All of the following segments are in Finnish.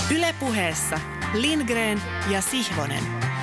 Yle Puheessa Lindgren ja Sihvonen.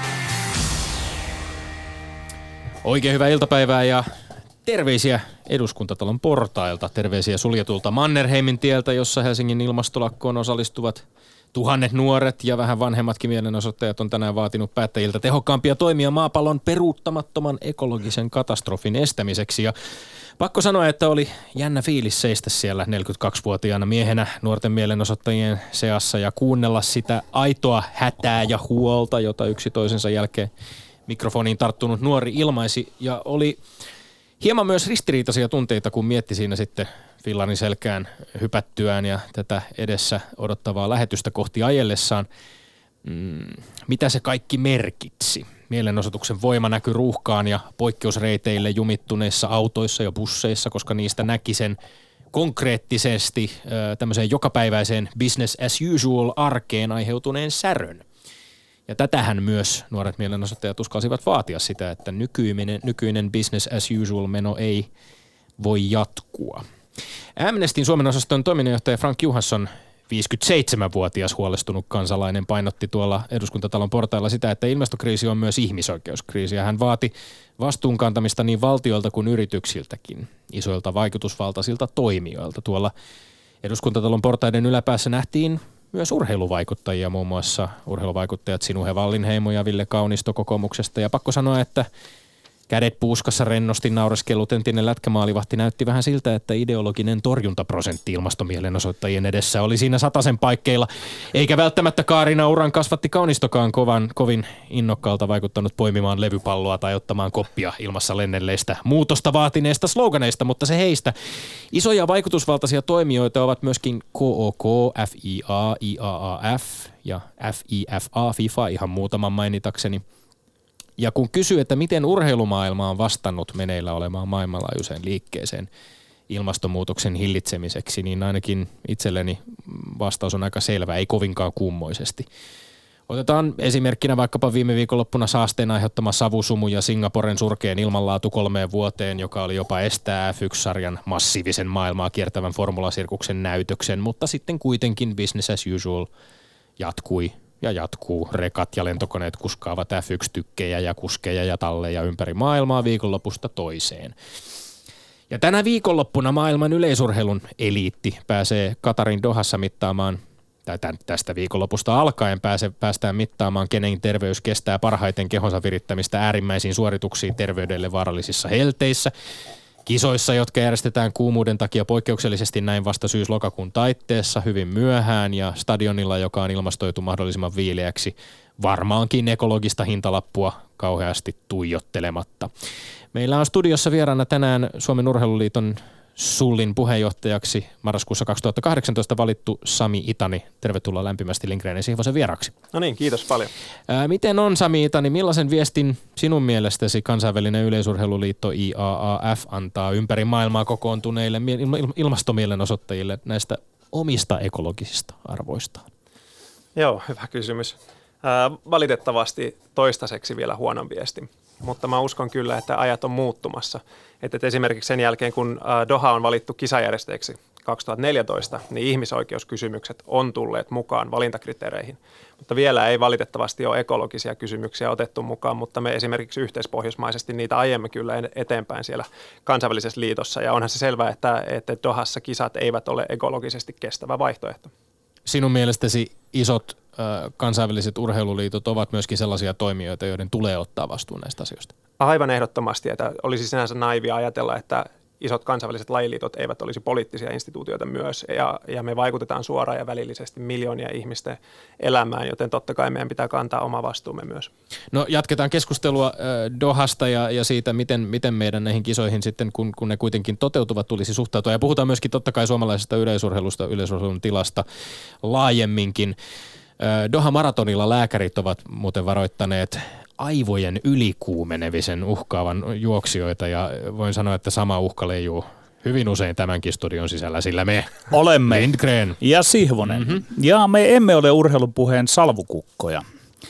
Oikein hyvää iltapäivää ja terveisiä Eduskuntatalon portailta. Terveisiä suljetulta Mannerheimin tieltä, jossa Helsingin ilmastolakkoon osallistuvat tuhannet nuoret ja vähän vanhemmatkin mielenosoittajat on tänään vaatinut päättäjiltä tehokkaampia toimia maapallon peruuttamattoman ekologisen katastrofin estämiseksi. Ja pakko sanoa, että oli jännä fiilis seistä siellä 42-vuotiaana miehenä nuorten mielenosoittajien seassa ja kuunnella sitä aitoa hätää ja huolta, jota yksi toisensa jälkeen mikrofoniin tarttunut nuori ilmaisi. Ja oli hieman myös ristiriitaisia tunteita, kun mietti siinä sitten fillarin selkään hypättyään ja tätä edessä odottavaa lähetystä kohti ajellessaan, mitä se kaikki merkitsi. Mielenosoituksen voima näkyi ruuhkaan ja poikkeusreiteille jumittuneissa autoissa ja busseissa, koska niistä näki sen konkreettisesti tämmöiseen jokapäiväiseen business as usual arkeen aiheutuneen särön. Ja tätähän myös nuoret mielenosoittajat uskalsivat vaatia sitä, että nykyinen business as usual meno ei voi jatkua. Amnestyn Suomen osaston toiminnanjohtaja Frank Johansson, 57-vuotias huolestunut kansalainen, painotti tuolla Eduskuntatalon portailla sitä, että ilmastokriisi on myös ihmisoikeuskriisi. Ja hän vaati vastuunkantamista niin valtioilta kuin yrityksiltäkin, isoilta vaikutusvaltaisilta toimijoilta. Tuolla Eduskuntatalon portaiden yläpäässä nähtiin myös urheiluvaikuttajia, muun muassa urheiluvaikuttajat Sinuhe Wallinheimo ja Ville Kaunisto kokoomuksesta. Ja pakko sanoa, että kädet puuskassa rennosti naureskellut entinen lätkämaalivahti näytti vähän siltä, että ideologinen torjuntaprosentti ilmastomielenosoittajien edessä oli siinä 100 paikkeilla. Eikä välttämättä Kaarina Uran kasvatti Kaunistokaan kovin innokkaalta vaikuttanut poimimaan levypalloa tai ottamaan koppia ilmassa lennelleistä muutosta vaatineista sloganeista, mutta se heistä. Isoja vaikutusvaltaisia toimijoita ovat myöskin KOK, FIA, IAAF ja FIFA, FIFA ihan muutaman mainitakseni. Ja kun kysyy, että miten urheilumaailma on vastannut meneillä olemaan maailmanlaajuiseen liikkeeseen ilmastonmuutoksen hillitsemiseksi, niin ainakin itselleni vastaus on aika selvä, ei kovinkaan kummoisesti. Otetaan esimerkkinä vaikkapa viime viikonloppuna saasteen aiheuttama savusumu ja Singaporen surkeen ilmanlaatu 3 vuoteen, joka oli jopa estää F1-sarjan massiivisen maailmaa kiertävän formulasirkuksen näytöksen, mutta sitten kuitenkin business as usual jatkui. Ja jatkuu. Rekat ja lentokoneet kuskaavat F1-tykkejä ja kuskeja ja talleja ympäri maailmaa viikonlopusta toiseen. Ja tänä viikonloppuna maailman yleisurheilun eliitti pääsee Katarin Dohassa mittaamaan, tai tästä viikonlopusta alkaen päästään mittaamaan, kenen terveys kestää parhaiten kehonsa virittämistä äärimmäisiin suorituksiin terveydelle vaarallisissa helteissä. Kisoissa, jotka järjestetään kuumuuden takia poikkeuksellisesti näin vasta syys-lokakuun taitteessa hyvin myöhään ja stadionilla, joka on ilmastoitu mahdollisimman viileäksi, varmaankin ekologista hintalappua kauheasti tuijottelematta. Meillä on studiossa vieraana tänään Suomen Urheiluliiton SULin puheenjohtajaksi marraskuussa 2018 valittu Sami Itani. Tervetuloa lämpimästi Lindgren ja Sihvosen vieraksi. No niin, kiitos paljon. Miten on, Sami Itani, millaisen viestin sinun mielestäsi kansainvälinen yleisurheiluliitto IAAF antaa ympäri maailmaa kokoontuneille ilmastomielenosoittajille näistä omista ekologisista arvoistaan? Joo, hyvä kysymys. Valitettavasti toistaiseksi vielä huonon viesti, mutta mä uskon kyllä, että ajat on muuttumassa. Että esimerkiksi sen jälkeen, kun Doha on valittu kisajärjestäjäksi 2014, niin ihmisoikeuskysymykset on tulleet mukaan valintakriteereihin. Mutta vielä ei valitettavasti ole ekologisia kysymyksiä otettu mukaan, mutta me esimerkiksi yhteispohjoismaisesti niitä aiemme kyllä eteenpäin siellä kansainvälisessä liitossa. Ja onhan se selvää, että Dohassa kisat eivät ole ekologisesti kestävä vaihtoehto. Sinun mielestäsi isot kansainväliset urheiluliitot ovat myöskin sellaisia toimijoita, joiden tulee ottaa vastuun näistä asioista? Aivan ehdottomasti, että olisi sinänsä naivia ajatella, että isot kansainväliset lajiliitot eivät olisi poliittisia instituutioita myös, ja me vaikutetaan suoraan ja välillisesti miljoonia ihmisten elämään, joten totta kai meidän pitää kantaa oma vastuumme myös. No jatketaan keskustelua Dohasta ja siitä, miten meidän näihin kisoihin sitten, kun ne kuitenkin toteutuvat, tulisi suhtautua. Ja puhutaan myöskin totta kai suomalaisesta yleisurheilusta, yleisurheilun tilasta laajemminkin. Doha-maratonilla lääkärit ovat muuten varoittaneet aivojen ylikuumenevisen uhkaavan juoksijoita ja voin sanoa, että sama uhka leijuu hyvin usein tämänkin studion sisällä, sillä me olemme Lindgren ja Sihvonen. Ja me emme ole urheilupuheen salvukukkoja,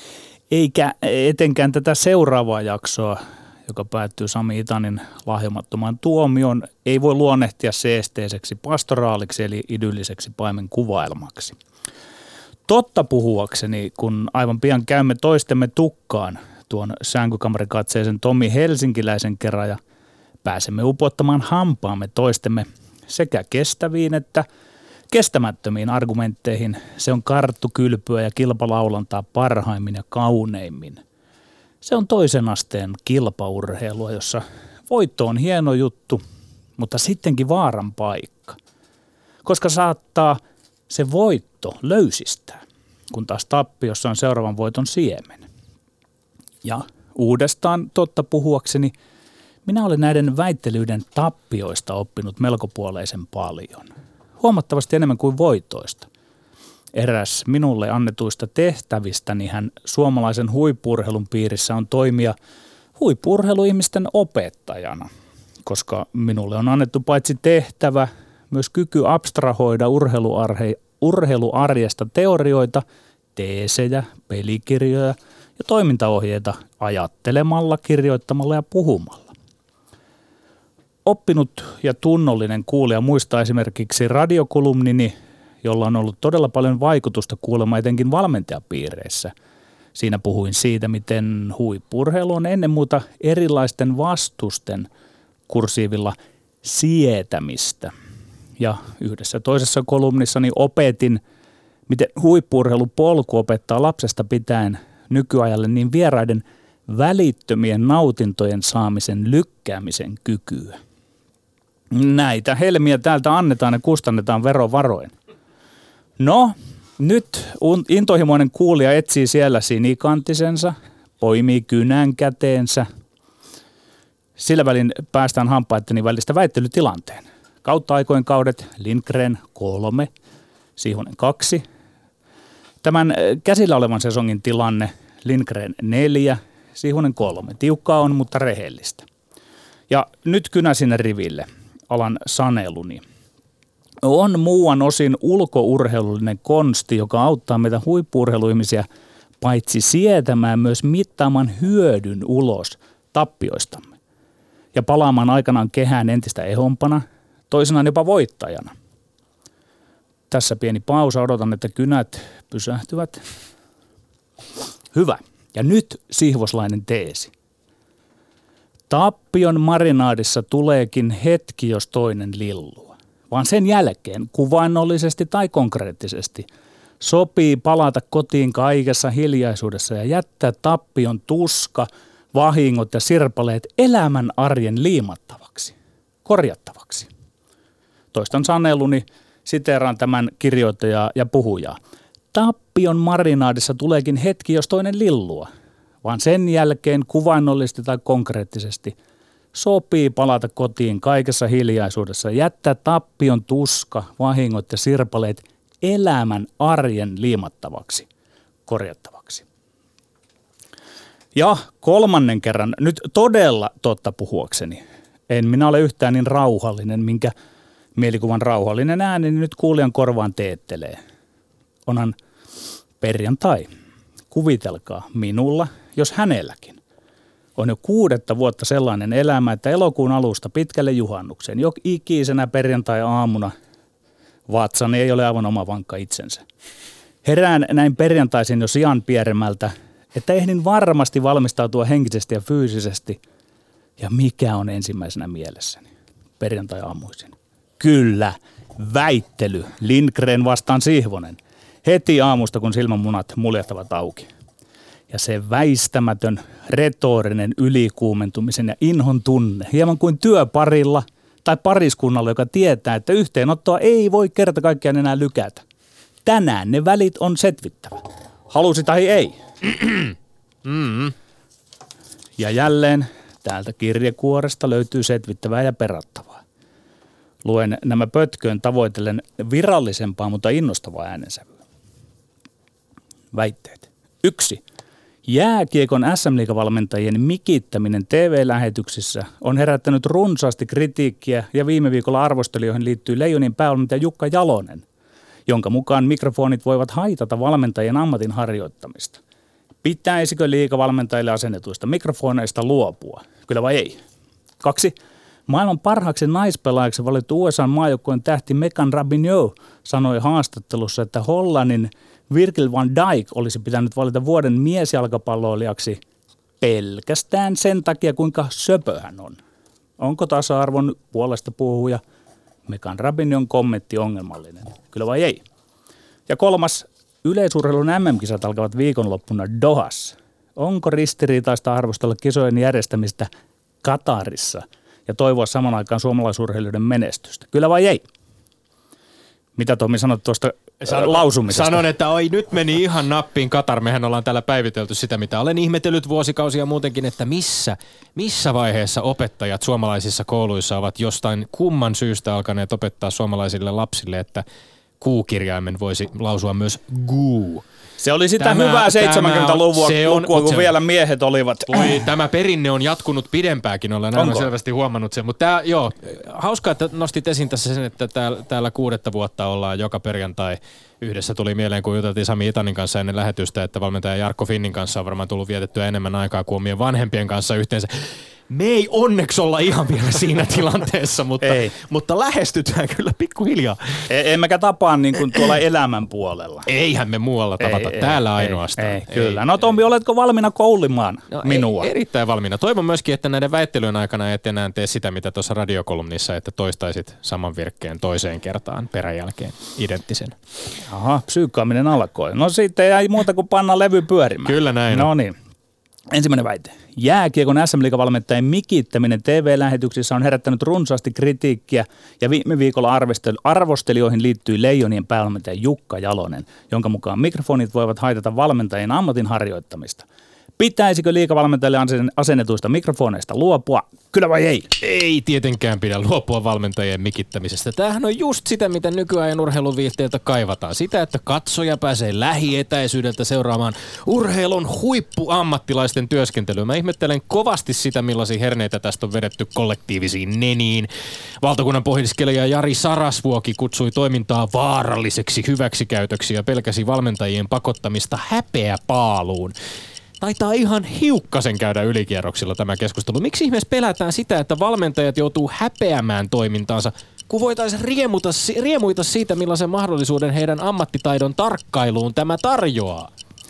eikä etenkään tätä seuraavaa jaksoa, joka päättyy Sami Itanin lahjomattomaan tuomioon, ei voi luonnehtia seesteiseksi pastoraaliksi eli idylliseksi paimenkuvaelmaksi. Totta puhuakseni, kun aivan pian käymme toistemme tukkaan tuon sänkykamarikatseisen Tomi Helsinkiläisen kerran ja pääsemme upottamaan hampaamme toistemme sekä kestäviin että kestämättömiin argumentteihin. Se on karttukylpyä ja kilpalaulantaa parhaimmin ja kauneimmin. Se on toisen asteen kilpaurheilua, jossa voitto on hieno juttu, mutta sittenkin vaaran paikka. Koska saattaa se voitto löysistää, kun taas tappiossa on seuraavan voiton siemen. Ja uudestaan totta puhuakseni, minä olen näiden väittelyiden tappioista oppinut melkopuoleisen paljon. Huomattavasti enemmän kuin voitoista. Eräs minulle annetuista tehtävistäni hän suomalaisen huippu-urheilun piirissä on toimia huippu-urheiluihmisten opettajana, koska minulle on annettu paitsi tehtävä, myös kyky abstrahoida urheiluarjesta teorioita, teesejä, pelikirjoja ja toimintaohjeita ajattelemalla, kirjoittamalla ja puhumalla. Oppinut ja tunnollinen kuulija muistaa esimerkiksi radiokolumnini, jolla on ollut todella paljon vaikutusta kuulemma etenkin valmentajapiireissä. Siinä puhuin siitä, miten huippu-urheilu on ennen muuta erilaisten vastusten kursiivilla sietämistä. Ja yhdessä toisessa kolumnissani opetin, miten huippu-urheilupolku opettaa lapsesta pitäen nykyajalle niin vieraiden välittömien nautintojen saamisen lykkäämisen kykyä. Näitä helmiä täältä annetaan ja kustannetaan verovaroin. No, nyt intohimoinen kuulija etsii siellä sinikantisensa, poimii kynän käteensä. Sillä välin päästään hampaitteni välistä väittelytilanteen. Kautta aikojen kaudet Lindgren 3, Sihvonen 2. Tämän käsillä olevan sesongin tilanne Lindgren 4, Sihvonen 3. Tiukkaa on, mutta rehellistä. Ja nyt kynä sinne riville, alan saneluni. On muuan osin ulkourheilullinen konsti, joka auttaa meitä huippu-urheiluihmisiä paitsi sietämään myös mittaamaan hyödyn ulos tappioistamme ja palaamaan aikanaan kehään entistä ehompana, toisenaan jopa voittajana. Tässä pieni pausa, odotan, että kynät pysähtyvät. Hyvä. Ja nyt sihvoslainen teesi. Tappion marinaadissa tuleekin hetki, jos toinen lillua, vaan sen jälkeen kuvainnollisesti tai konkreettisesti sopii palata kotiin kaikessa hiljaisuudessa ja jättää tappion tuska, vahingot ja sirpaleet elämän arjen liimattavaksi, korjattavaksi. Toistan saneluni, siteeraan tämän kirjoittajaa ja puhujaa. Tappion marinaadissa tuleekin hetki, jos toinen lillua, vaan sen jälkeen kuvainnollisesti tai konkreettisesti sopii palata kotiin kaikessa hiljaisuudessa ja jättää tappion tuska, vahingot ja sirpaleet elämän arjen liimattavaksi, korjattavaksi. Ja kolmannen kerran, nyt todella totta puhuakseni, en minä ole yhtään niin rauhallinen, minkä mielikuvan rauhallinen ääni nyt kuulijan korvaan teettelee. Onhan perjantai. Kuvitelkaa minulla, jos hänelläkin. On jo 6 vuotta sellainen elämä, että elokuun alusta pitkälle juhannukseen, jo ikisenä perjantai-aamuna vatsani ei ole aivan oma vankka itsensä. Herään näin perjantaisin jo sian pieremältä, että ehdin varmasti valmistautua henkisesti ja fyysisesti. Ja mikä on ensimmäisenä mielessäni perjantai-aamuisin? Kyllä, väittely. Lindgren vastaan Sihvonen. Heti aamusta, kun silmänmunat muljahtavat auki. Ja se väistämätön, retorinen ylikuumentumisen ja inhon tunne, hieman kuin työparilla tai pariskunnalla, joka tietää, että yhteenottoa ei voi kerta kaikkiaan enää lykätä. Tänään ne välit on setvittävä. Halusi tai ei. Ja jälleen täältä kirjekuoresta löytyy setvittävää ja perattavaa. Luen nämä pötköön tavoitellen virallisempaa, mutta innostavaa äänensävyä. Väitteet. 1. Jääkiekon SM-liigavalmentajien mikittäminen TV-lähetyksissä on herättänyt runsaasti kritiikkiä ja viime viikolla arvostelijoihin liittyy Leijonin päävalmentaja Jukka Jalonen, jonka mukaan mikrofonit voivat haitata valmentajien ammatin harjoittamista. Pitäisikö liigavalmentajille asennetuista mikrofoneista luopua? Kyllä vai ei? 2. Maailman parhaaksi naispelaajaksi valittu USA-maajoukkueen tähti Megan Rapinoe sanoi haastattelussa, että Hollannin Virgil van Dijk olisi pitänyt valita vuoden miesjalkapalloilijaksi pelkästään sen takia, kuinka söpö hän on. Onko tasa-arvon puolesta puhuja Megan Rapinoen kommentti ongelmallinen? Kyllä vai ei? Ja 3. Yleisurheilun MM-kisat alkavat viikonloppuna Dohassa. Onko ristiriitaista arvostella kisojen järjestämistä Katarissa ja toivoa saman aikaan suomalaisurheilijoiden menestystä? Kyllä vai ei? Mitä Tomi sanot tuosta lausumisesta? Sanon, että nyt meni ihan nappiin Katar. Mehän ollaan täällä päivitelty sitä, mitä olen ihmetellyt vuosikausia muutenkin, että missä vaiheessa opettajat suomalaisissa kouluissa ovat jostain kumman syystä alkaneet opettaa suomalaisille lapsille, että Q-kirjaimen voisi lausua myös guu. Se oli sitä hyvää 70-luvua, kun vielä miehet olivat. Tämä perinne on jatkunut pidempääkin, olen aivan selvästi huomannut sen. Mutta hauskaa, että nostit esiin tässä sen, että täällä 6. vuotta ollaan joka perjantai yhdessä. Tuli mieleen, kun juteltiin Sami Itanin kanssa ennen lähetystä, että valmentaja Jarkko Finnin kanssa on varmaan tullut vietettyä enemmän aikaa kuin omien vanhempien kanssa yhteensä. Me ei onneksi olla ihan vielä siinä tilanteessa, mutta lähestytään kyllä pikkuhiljaa. Emmekä tapaa niin kuin tuolla elämän puolella. Eihän me muualla tavata, täällä ainoastaan. Ei, kyllä. No Tommi, oletko valmiina koulimaan minua? Erittäin valmiina. Toivon myöskin, että näiden väittelyjen aikana et enää tee sitä, mitä tuossa radiokolumnissa, että toistaisit saman virkkeen toiseen kertaan peräjälkeen identtisen. Aha, psyykkaaminen alkoi. No sitten ei muuta kuin panna levy pyörimään. Kyllä näin. No niin. Ensimmäinen väite. Jääkiekon SM-liigavalmentajien mikittäminen TV-lähetyksissä on herättänyt runsaasti kritiikkiä ja viime viikolla arvostelijoihin liittyi Leijonien päävalmentaja Jukka Jalonen, jonka mukaan mikrofonit voivat haitata valmentajien ammatin harjoittamista. Pitäisikö liigavalmentajille asennetuista mikrofoneista luopua? Kyllä vai ei? Ei tietenkään pidä luopua valmentajien mikittämisestä. Tämähän on just sitä, mitä nykyajan urheiluviihteiltä kaivataan. Sitä, että katsoja pääsee lähietäisyydeltä seuraamaan urheilun huippuammattilaisten työskentelyä. Mä ihmettelen kovasti sitä, millaisia herneitä tästä on vedetty kollektiivisiin neniin. Valtakunnan pohdiskelija Jari Sarasvuoki kutsui toimintaa vaaralliseksi hyväksikäytöksi ja pelkäsi valmentajien pakottamista häpeäpaaluun. Taitaa ihan hiukkasen käydä ylikierroksilla tämä keskustelu. Miksi ihmeessä pelätään sitä, että valmentajat joutuu häpeämään toimintaansa, kun voitaisiin riemuita siitä, millaisen mahdollisuuden heidän ammattitaidon tarkkailuun tämä tarjoaa?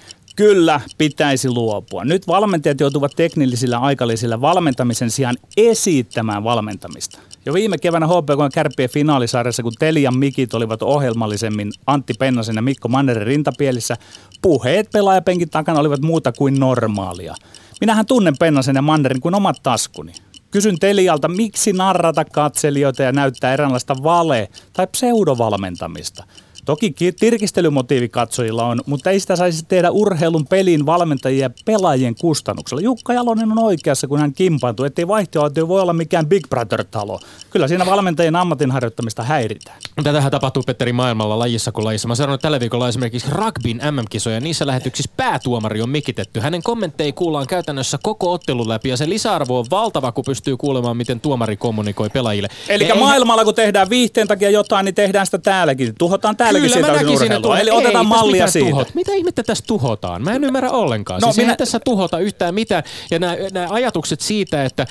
Kyllä pitäisi luopua. Nyt valmentajat joutuvat teknillisillä aikalisillä valmentamisen sijaan esittämään valmentamista. Jo viime keväänä HPK Kärppien finaalisarjassa, kun Telian mikit olivat ohjelmallisemmin Antti Pennasen ja Mikko Mannerin rintapielissä, puheet pelaajapenkin takana olivat muuta kuin normaalia. Minähän tunnen Pennasen ja Mannerin kuin omat taskuni. Kysyn Telialta, miksi narrata katselijoita ja näyttää eräänlaista vale- tai pseudovalmentamista. Toki tirkistelymotiivi katsojilla on, mutta ei sitä saisi tehdä urheilun pelin valmentajien ja pelaajien kustannuksella. Jukka Jalonen on oikeassa, kun hän kimpaantui, ettei vaihtoehto voi olla mikään Big Brother-talo. Kyllä siinä valmentajien ammatinharjoittamista häiritään. Tätähän tapahtuu, Petteri, maailmalla lajissa kuin lajissa. Mä sanon, että tällä viikolla esimerkiksi rugbyn MM-kisoja, niissä lähetyksissä päätuomari on mikitetty. Hänen kommentteja kuullaan käytännössä koko ottelun läpi ja se lisäarvo on valtava, kun pystyy kuulemaan, miten tuomari kommunikoi pelaajille. Eli maailmalla, kun tehdään viihteen takia jotain, niin tehdään sitä täälläkin. Tuhotaan täälläkin sitä urheilua. Eli otetaan mallia siitä. Mitä ihmettä tässä tuhotaan? Mä en ymmärrä ollenkaan. No, siis ei tässä tuhota yhtään mitään. Ja nämä ajatukset siitä, että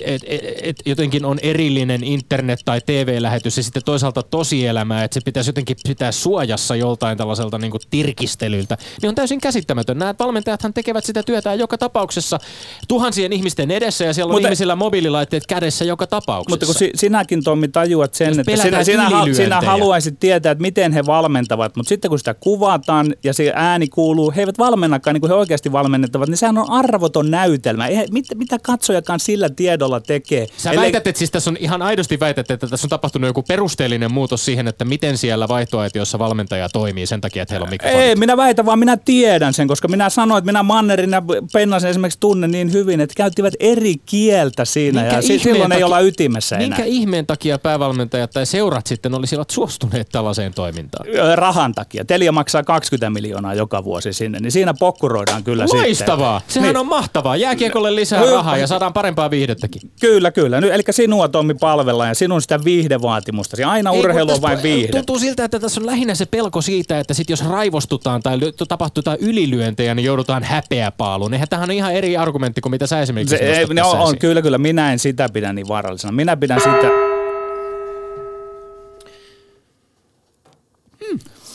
jotenkin on erillinen internet- tai TV-lähetys ja sitten toisaalta tosielämää, että se pitäisi jotenkin pitää suojassa joltain tällaiselta niin kuin tirkistelyltä, niin on täysin käsittämätön. Nämä valmentajathan tekevät sitä työtä joka tapauksessa tuhansien ihmisten edessä ja siellä on ihmisillä mobiililaitteet kädessä joka tapauksessa. Mutta kun sinäkin, Tommi, tajuat sen, että sinä haluaisit tietää, että miten he valmentavat, mutta sitten kun sitä kuvataan ja se ääni kuuluu, he eivät valmennakaan niin kuin he oikeasti valmennettavat, niin sehän on arvoton näytelmä. Mitä katsojakaan sillä tiedolla tekee? Väität, että siis tässä on ihan aidosti että tässä on tapahtunut joku perusteellinen muutos siihen, että miten siellä vaihtoaitiossa valmentaja toimii sen takia, että heillä on mikrofonit. Ei, minä väitän, vaan minä tiedän sen, koska minä sanoin, että minä Mannerin ja Pennasen esimerkiksi tunnen niin hyvin, että käyttivät eri kieltä siinä ja silloin ei olla ytimessä enää. Minkä ihmeen takia päävalmentajat tai seurat sitten olisivat suostuneet tällaiseen toimintaan? Rahan takia. Telia maksaa 20 miljoonaa joka vuosi sinne, niin siinä pokkuroidaan kyllä sitten. Loistavaa! Sehän on mahtavaa. Jääkiekolle lisää rahaa ja saadaan parempaa viihdettäkin. Kyllä. Eli sinua, Tommi, palvellaan ja sinun sitä viihdevaatimusta. Aina urheilu on vain viihde. Tuntuu siltä, että tässä on lähinnä se pelko siitä, että sit jos raivostutaan tai tapahtuu jotain ylilyöntejä, niin joudutaan häpeäpaaluun. Eihän tähän on ihan eri argumentti kuin mitä sä esimerkiksi on, kyllä. Minä en sitä pidä niin vaarallisena. Minä pidän sitä...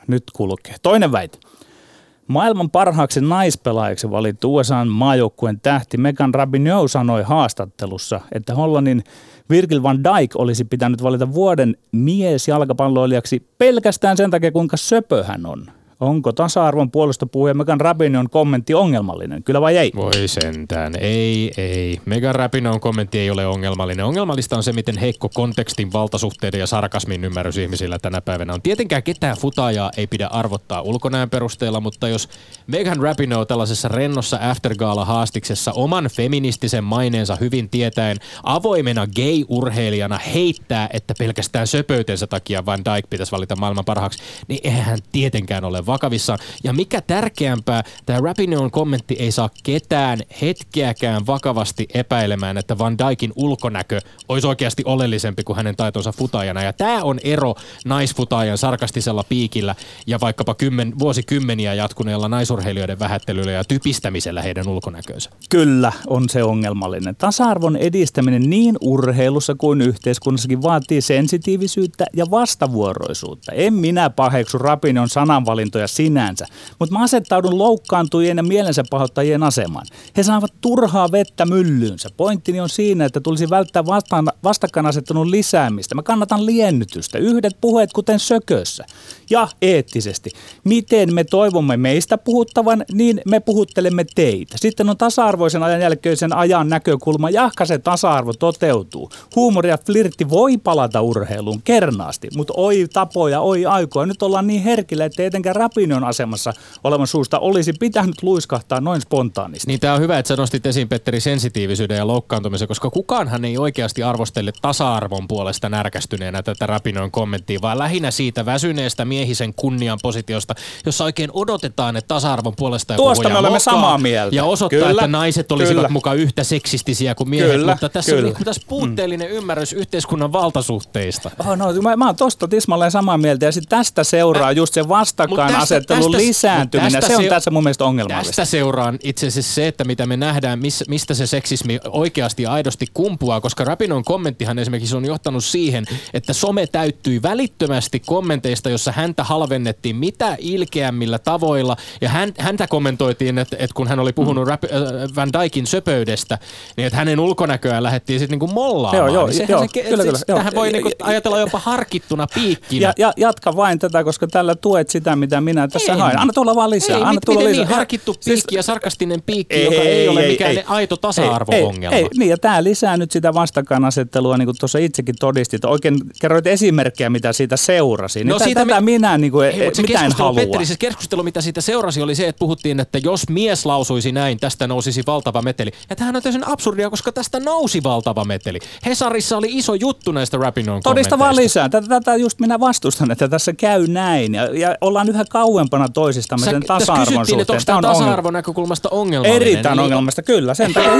nyt kulkee. Toinen väite. Maailman parhaaksi naispelaajaksi valittu USA:n maajoukkueen tähti Megan Rapinoe sanoi haastattelussa, että Hollannin Virgil van Dijk olisi pitänyt valita vuoden miesjalkapalloilijaksi pelkästään sen takia, kuinka söpö hän on. Onko tasa-arvon puolesta puhuja Megan Rapinoen kommentti ongelmallinen? Kyllä vai ei? Voi sentään. Ei. Megan Rapinoen kommentti ei ole ongelmallinen. Ongelmallista on se, miten heikko kontekstin, valtasuhteiden ja sarkasmin ymmärrys ihmisillä tänä päivänä on. Tietenkään ketään futaajaa ei pidä arvottaa ulkonäön perusteella, mutta jos Megan Rapinoe tällaisessa rennossa aftergala-haastiksessa oman feministisen maineensa hyvin tietäen avoimena gay-urheilijana heittää, että pelkästään söpöytensä takia Van Dijk pitäisi valita maailman parhaaksi, niin eihän tietenkään ole vakavissaan. Ja mikä tärkeämpää, tämä Rapinoen kommentti ei saa ketään hetkeäkään vakavasti epäilemään, että Van Dijkin ulkonäkö olisi oikeasti oleellisempi kuin hänen taitonsa futaajana. Ja tämä on ero naisfutaajan sarkastisella piikillä ja vaikkapa vuosikymmeniä jatkuneella naisurheilijoiden vähättelyllä ja typistämisellä heidän ulkonäköönsä. Kyllä on se ongelmallinen. Tasa-arvon edistäminen niin urheilussa kuin yhteiskunnassakin vaatii sensitiivisyyttä ja vastavuoroisuutta. En minä paheksu Rapinoen sananvalintoja sinänsä, mutta mä asettaudun loukkaantujien ja mielensä pahoittajien asemaan. He saavat turhaa vettä myllyynsä. Pointtini on siinä, että tulisi välttää vastakkainasettelun lisäämistä. Mä kannatan liennytystä, yhdet puheet kuten sökössä. Ja eettisesti. Miten me toivomme meistä puhuttavan, niin me puhuttelemme teitä. Sitten on tasa-arvoisen ajan jälkeisen ajan näkökulma, jahka se tasa-arvo toteutuu. Huumori ja flirtti voi palata urheiluun kernaasti, mutta oi tapoja, oi aikoja. Nyt ollaan niin herkillä, että etenkään Rapinoen asemassa olevan suusta olisi pitänyt luiskahtaa noin spontaanisti. Niin tämä on hyvä, että sä nostit esiin, Petteri, sensitiivisyyden ja loukkaantumisen, koska kukaanhan ei oikeasti arvostele tasa-arvon puolesta närkästyneenä tätä Rapinoen kommenttia, vaan lähinnä siitä väsyneestä miehisen kunnian positiosta, jossa oikein odotetaan, että tasa-arvon puolesta tuosta me olemme samaa mieltä. Ja osoittaa, kyllä, että naiset olisivat mukaan yhtä seksistisiä kuin miehet, kyllä, mutta tässä on tässä puutteellinen ymmärrys yhteiskunnan valtasuhteista. Mä oon tosta tismalleen samaa mieltä ja sitten tästä seuraa just se vastakkainasettelun lisääntyminen. Se on tässä mun mielestä ongelmallista. Tästä seuraa itse asiassa se, että mitä me nähdään, mistä se seksismi oikeasti ja aidosti kumpuaa, koska Rapinoen kommenttihan esimerkiksi on johtanut siihen, että some täyttyi välittömästi kommenteista, jossa häntä halvennettiin mitä ilkeämmillä tavoilla ja häntä kommentoitiin, että kun hän oli puhunut Van Dijkin söpöydestä, niin että hänen ulkonäköään lähdettiin sitten niinku mollaamaan. Joo, kyllä. Tähän voi niinku ajatella jopa harkittuna piikkinä. Ja jatka vain tätä, koska tällä tuet sitä, mitä minä tässä haen. Anna tulla vaan lisää. Miten niin harkittu piikki ja sarkastinen piikki, joka ei ole mikään aito tasa-arvo-ongelma. Niin, ja tämä lisää nyt sitä vastakkainasettelua, niin kuin tuossa itsekin todistit. Oikein kerroit esimerkkejä, mitä siitä seurasi. No niin tätä minä niin kuin, mitä en halua. Petteri, se keskustelu, mitä siitä seurasi, oli se, että puhuttiin, että jos mies lausuisi näin, tästä nousisi valtava meteli. Ja tämähän on täysin absurdia, koska tästä nousi valtava meteli. Hesarissa oli iso juttu näistä Rapinoen kommenteista. Todista vaan lisää. Tätä just minä vastustan, että tässä käy näin. Ja ollaan yhä kauempana toisistamme sen tasa-arvon suhteen. Että onko tämä tasa-arvon näkökulmasta ongelmallinen? Erittäin ongelmasta, kyllä. Sen takia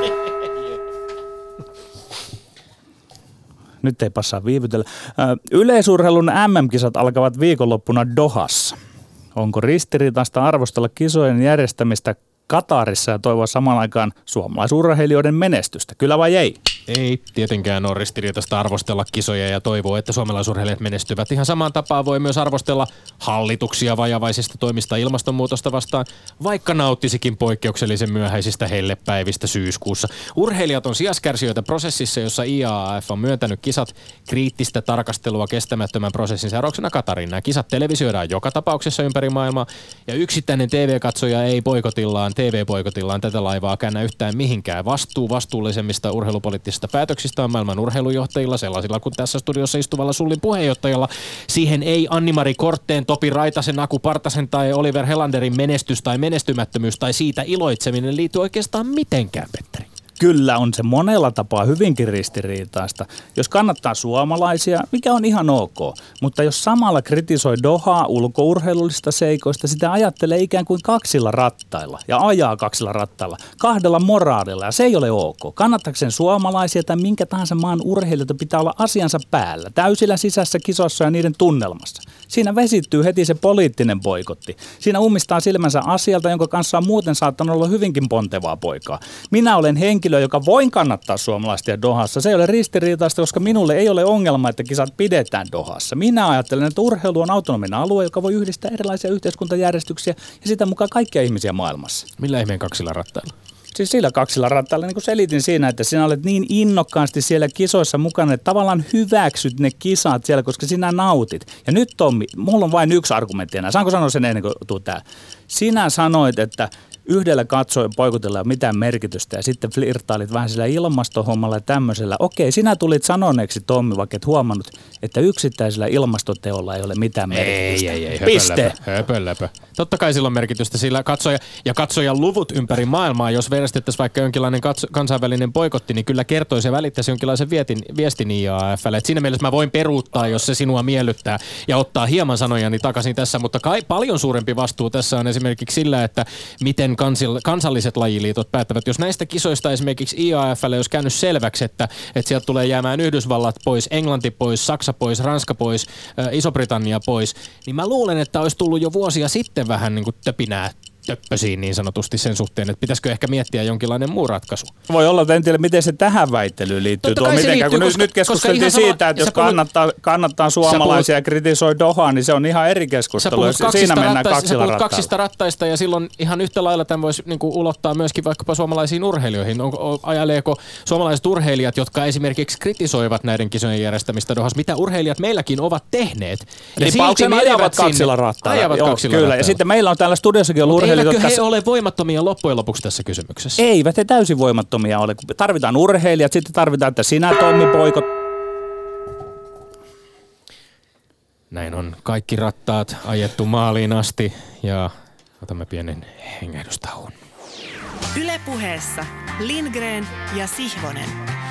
nyt ei passaa viivytellä. Yleisurheilun MM-kisat alkavat viikonloppuna Dohassa. Onko ristiriitaista arvostella kisojen järjestämistä Katarissa ja toivoa samaan aikaan suomalaisurheilijoiden menestystä? Kyllä vai ei? Ei tietenkään ole ristiriitaista arvostella kisoja ja toivoa, että suomalaisurheilijat menestyvät. Ihan samaan tapaan voi myös arvostella hallituksia vajavaisista toimista ilmastonmuutosta vastaan, vaikka nauttisikin poikkeuksellisen myöhäisistä hellepäivistä syyskuussa. Urheilijat on sijaskärsijöitä prosessissa, jossa IAAF on myöntänyt kisat kriittistä tarkastelua kestämättömän prosessin seurauksena Katariin. Nämä kisat televisioidaan joka tapauksessa ympäri maailmaa ja yksittäinen TV-katsoja ei TV-boikotillaan tätä laivaa käännä yhtään mihinkään. Vastuullisemmista urheilupoliittisista päätöksistä on maailman urheilujohtajilla, sellaisilla kuin tässä studiossa istuvalla Sullin puheenjohtajalla. Siihen ei Anni-Mari Kortteen, Topi Raitasen, Aku Partasen tai Oliver Helanderin menestys tai menestymättömyys tai siitä iloitseminen liittyy oikeastaan mitenkään, Petteri. Kyllä on se monella tapaa hyvinkin ristiriitaista. Jos kannattaa suomalaisia, mikä on ihan ok, mutta jos samalla kritisoi Dohaa ulkourheilullista seikoista, sitä ajattelee ikään kuin kaksilla rattailla ja ajaa kaksilla rattailla, kahdella moraalilla ja se ei ole ok. Kannattaakseen suomalaisia tai minkä tahansa maan urheilijoita pitää olla asiansa päällä, täysillä sisässä kisossa ja niiden tunnelmassa. Siinä vesittyy heti se poliittinen boikotti. Siinä ummistaa silmänsä asialta, jonka kanssa on muuten saattanut olla hyvinkin pontevaa poikaa. Minä olen henkilökohtaisesti henkilö, joka voin kannattaa suomalaisia Dohassa. Se ei ole ristiriitaista, koska minulle ei ole ongelma, että kisat pidetään Dohassa. Minä ajattelen, että urheilu on autonominen alue, joka voi yhdistää erilaisia yhteiskuntajärjestyksiä ja sitä mukaan kaikkia ihmisiä maailmassa. Millä ihmeen kaksilla rattailla? Siis sillä kaksilla rattailla, niin kuin selitin siinä, että sinä olet niin innokkaasti siellä kisoissa mukana, että tavallaan hyväksyt ne kisat siellä, koska sinä nautit. Ja nyt Tommi, mulla on vain yksi argumentti enää. Saanko sanoa sen ennen kuin tuu tää? Sinä sanoit, että yhdellä katsoen poikutella ei ole mitään merkitystä ja sitten flirtailit vähän sillä ilmastohommalla ja tämmöisellä. Okei, sinä tulit sanoneeksi, Tommi, vaikka et huomannut, että yksittäisellä ilmastoteolla ei ole mitään merkitystä. Ei, Piste. Höpöläpö. Totta kai sillä on merkitystä, sillä katsojan luvut ympäri maailmaa, jos veristettäisiin vaikka jonkinlainen kansainvälinen boikotti, niin kyllä kertoisi ja välittäisi jonkinlaisen viestin IAF:lle. Siinä mielessä mä voin peruuttaa, jos se sinua miellyttää ja ottaa hieman sanojani takaisin tässä, mutta paljon suurempi vastuu tässä on esimerkiksi sillä, että miten kansalliset lajiliitot päättävät. Jos näistä kisoista esimerkiksi IAF:lle olisi käynyt selväksi, että sieltä tulee jäämään Yhdysvallat pois, Englanti pois, Saksa pois, Ranska pois, Iso-Britannia pois, niin mä luulen, että olisi tullut jo vuosia sitten vähän niin kuin töppösiin niin sanotusti sen suhteen, että pitäisikö ehkä miettiä jonkinlainen muu ratkaisu. Voi olla, en tiedä, miten se tähän väittelyyn liittyy. Tuo mitenkään, kun nyt keskusteltiin siitä, että jos kannattaa suomalaisia ja kritisoi Dohaa, niin se on ihan eri keskustelu. Siinä mennään kaksista rattaista ja silloin ihan yhtä lailla tämän voisi niinku ulottaa myöskin vaikkapa suomalaisiin urheilijoihin. Ajaleeko suomalaiset urheilijat, jotka esimerkiksi kritisoivat näiden kisojen järjestämistä Dohassa, mitä urheilijat meilläkin ovat tehneet? Eli pauksen ajavat kaksilla rattailla. Kyllä, ja sitten meillä on täällä studiossakin ollut urheilijat, eivätkö he ole voimattomia loppujen lopuksi tässä kysymyksessä? Eivät he täysin voimattomia ole. Tarvitaan urheilijat, sitten tarvitaan, että sinä Tommi boikot. Näin on kaikki rattaat ajettu maaliin asti ja otamme pienen hengähdystauon. Yle Puheessa Lindgren ja Sihvonen.